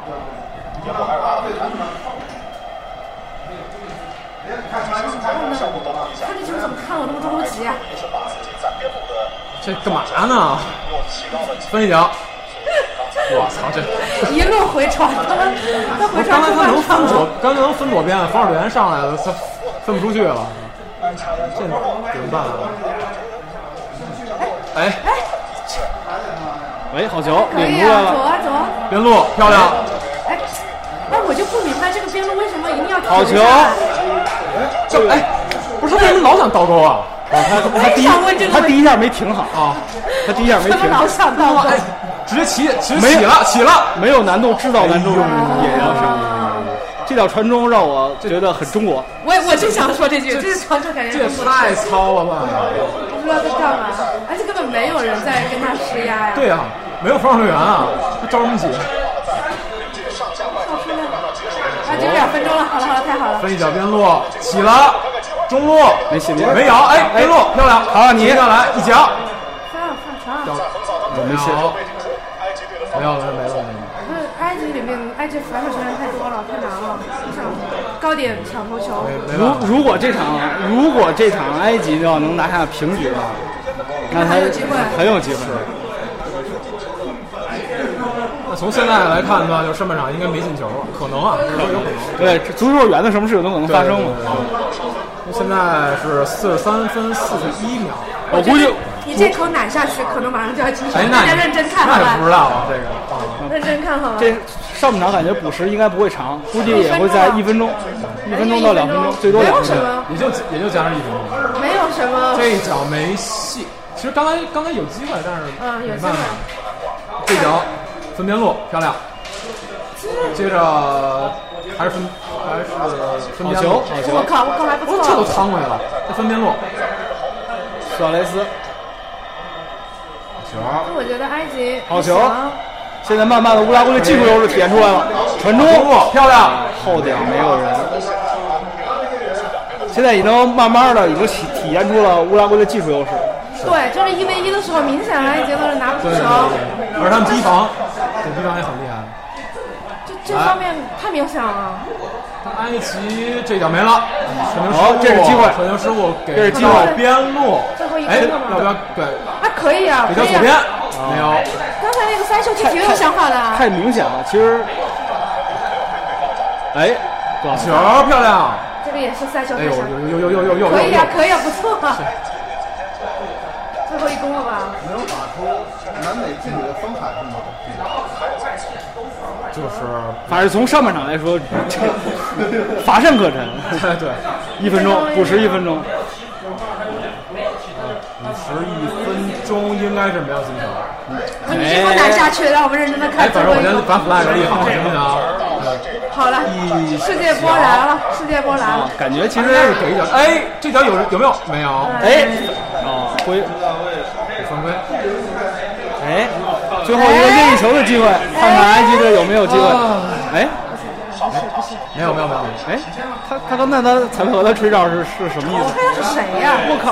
他这球怎么看我那么着急啊？ 这干嘛呢？分一脚！我操，这一路回传，他回传刚才他能分刚才能分左边，防守员上来了，他分不出去了，这怎么办啊？哎， 喂，好球， 可以啊，走啊走啊！ 边路漂亮。 哎，我就不明白这个边路为什么一定要好球！ 不是他为什么老想倒钩啊？ 他第一下没停好啊，他第一下没停。 老想倒钩， 直接起了， 没有难度，制造难度也要上。这脚传中让我觉得很中国。 我就想说这句，这传中感觉这也太糙了吧！ 不知道在干嘛，而且根本没有人在跟他施压呀。 对呀，没有防守员啊，他着什么急？ 就2分钟了，好了，太好了！ 分一脚边路起了，中路没有，边路漂亮， 好，你下来一脚， 放传， 没戏， 没了。 不是埃及里面，埃及防守球员太多了，太难了，高点抢头球。 如果这场埃及要能拿下平局的话，那他很有机会。 那从现在来看呢，就上半场应该没进球，可能啊，有可能。 对，足球远的什么事都可能发生嘛。 现在是43分41秒， 我估计你这口奶下去，可能马上就要进球。 大家认真看好吧？ 那也不知道啊，这个。 认真看好吧。 这上半场感觉补时应该不会长，估计也会在1分钟，1分钟到2分钟，最多2分钟。 也就加上1分钟。 没有什么。 这一脚没戏。其实刚才有机会，但是有机会。 这脚分边路漂亮，接着还是分边路。 好球！ 我靠，还不错。 这都趟回来了，这分边路。 苏亚雷斯。 球。 我觉得埃及好球。现在慢慢的乌拉圭的技术优势体现出来了，传中漂亮， 后点没有人。现在已经慢慢的体现出了乌拉圭的技术优势。 对，就是1v1的时候，明显埃及都是拿不住球。 而他们提防，这提防也很厉害。 这方面太明显了。 埃及这脚没了， 好，这是机会， 传球失误， 这是机会， 边路。 最后一个了吗？ 要不要对？ 可以啊， 比较左边没有。 刚才那个塞球挺有想法的。 太明显了，其实。 球漂亮。 这个也是塞球。 哎呦， 可以啊，不错。最后一攻了吧？ 没有打出南美劲旅的风采是吗？ 就是， 反正从上半场来说，乏善可陈。 对 ，1分钟补时1分钟。 补时1分钟应该是没有进球。 你这波拿下去，让我们认真的看。 反正我先把 flag 立好，行不行？ 好了，世界波来了， 感觉其实给一脚，这脚有没有？没有。 归犯规。 最后一个任意球的机会，看看埃及队有没有机会。 没有。 他刚才裁判和他吹哨是什么意思？ 他是谁呀？ 我靠！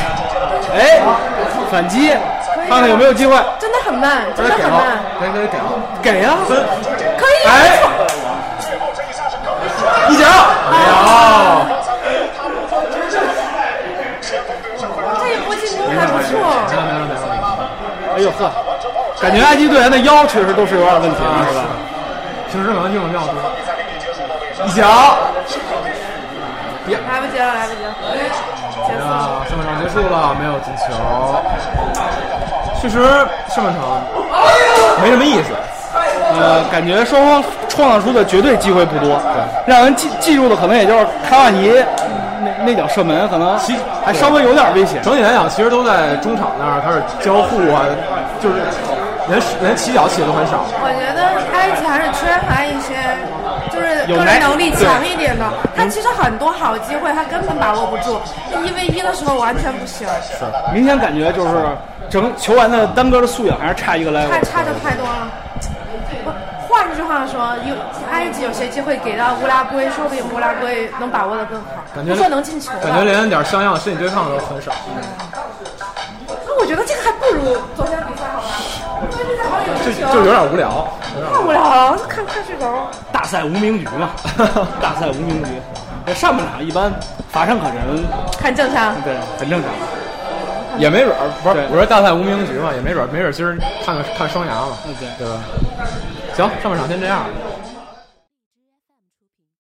反击，看看有没有机会。 真的很慢，真的很慢。 给啊！ 可以。 一脚没有。 这一波进攻还不错。 哎呦呵，感觉埃及队员的腰确实都是有点问题了，是吧？ 平时可能用的比较多。一脚， 来不及了。 上半场结束了，没有进球。其实上半场没什么意思。 感觉双方创造出的绝对机会不多，让人记住的可能也就是卡瓦尼那脚射门，可能还稍微有点危险。 整体来讲，其实都在中场那儿开始交互啊，就是连起脚起的都很少。 我觉得埃及还是缺乏一些就是个人能力强一点的，他其实很多好机会他根本把握不住，1v1的时候完全不行。 是，明显感觉就是球员的单个的素养还是差一个 level， 差的太多了。换句话说，埃及有些机会给到乌拉圭，说不定乌拉圭能把握的更好。不说能进球， 感觉连点像样的身体对抗都很少。 我昨天比赛好吧？昨天比赛好像有就有点无聊， 太无聊了，看睡着。 大赛无名局嘛，大赛无名局。这上半场一般乏善可陈， 很正常。 对，很正常。 也没准儿不是，我说大赛无名局嘛，也没准儿今儿看双牙嘛， 对吧？行，上半场先这样。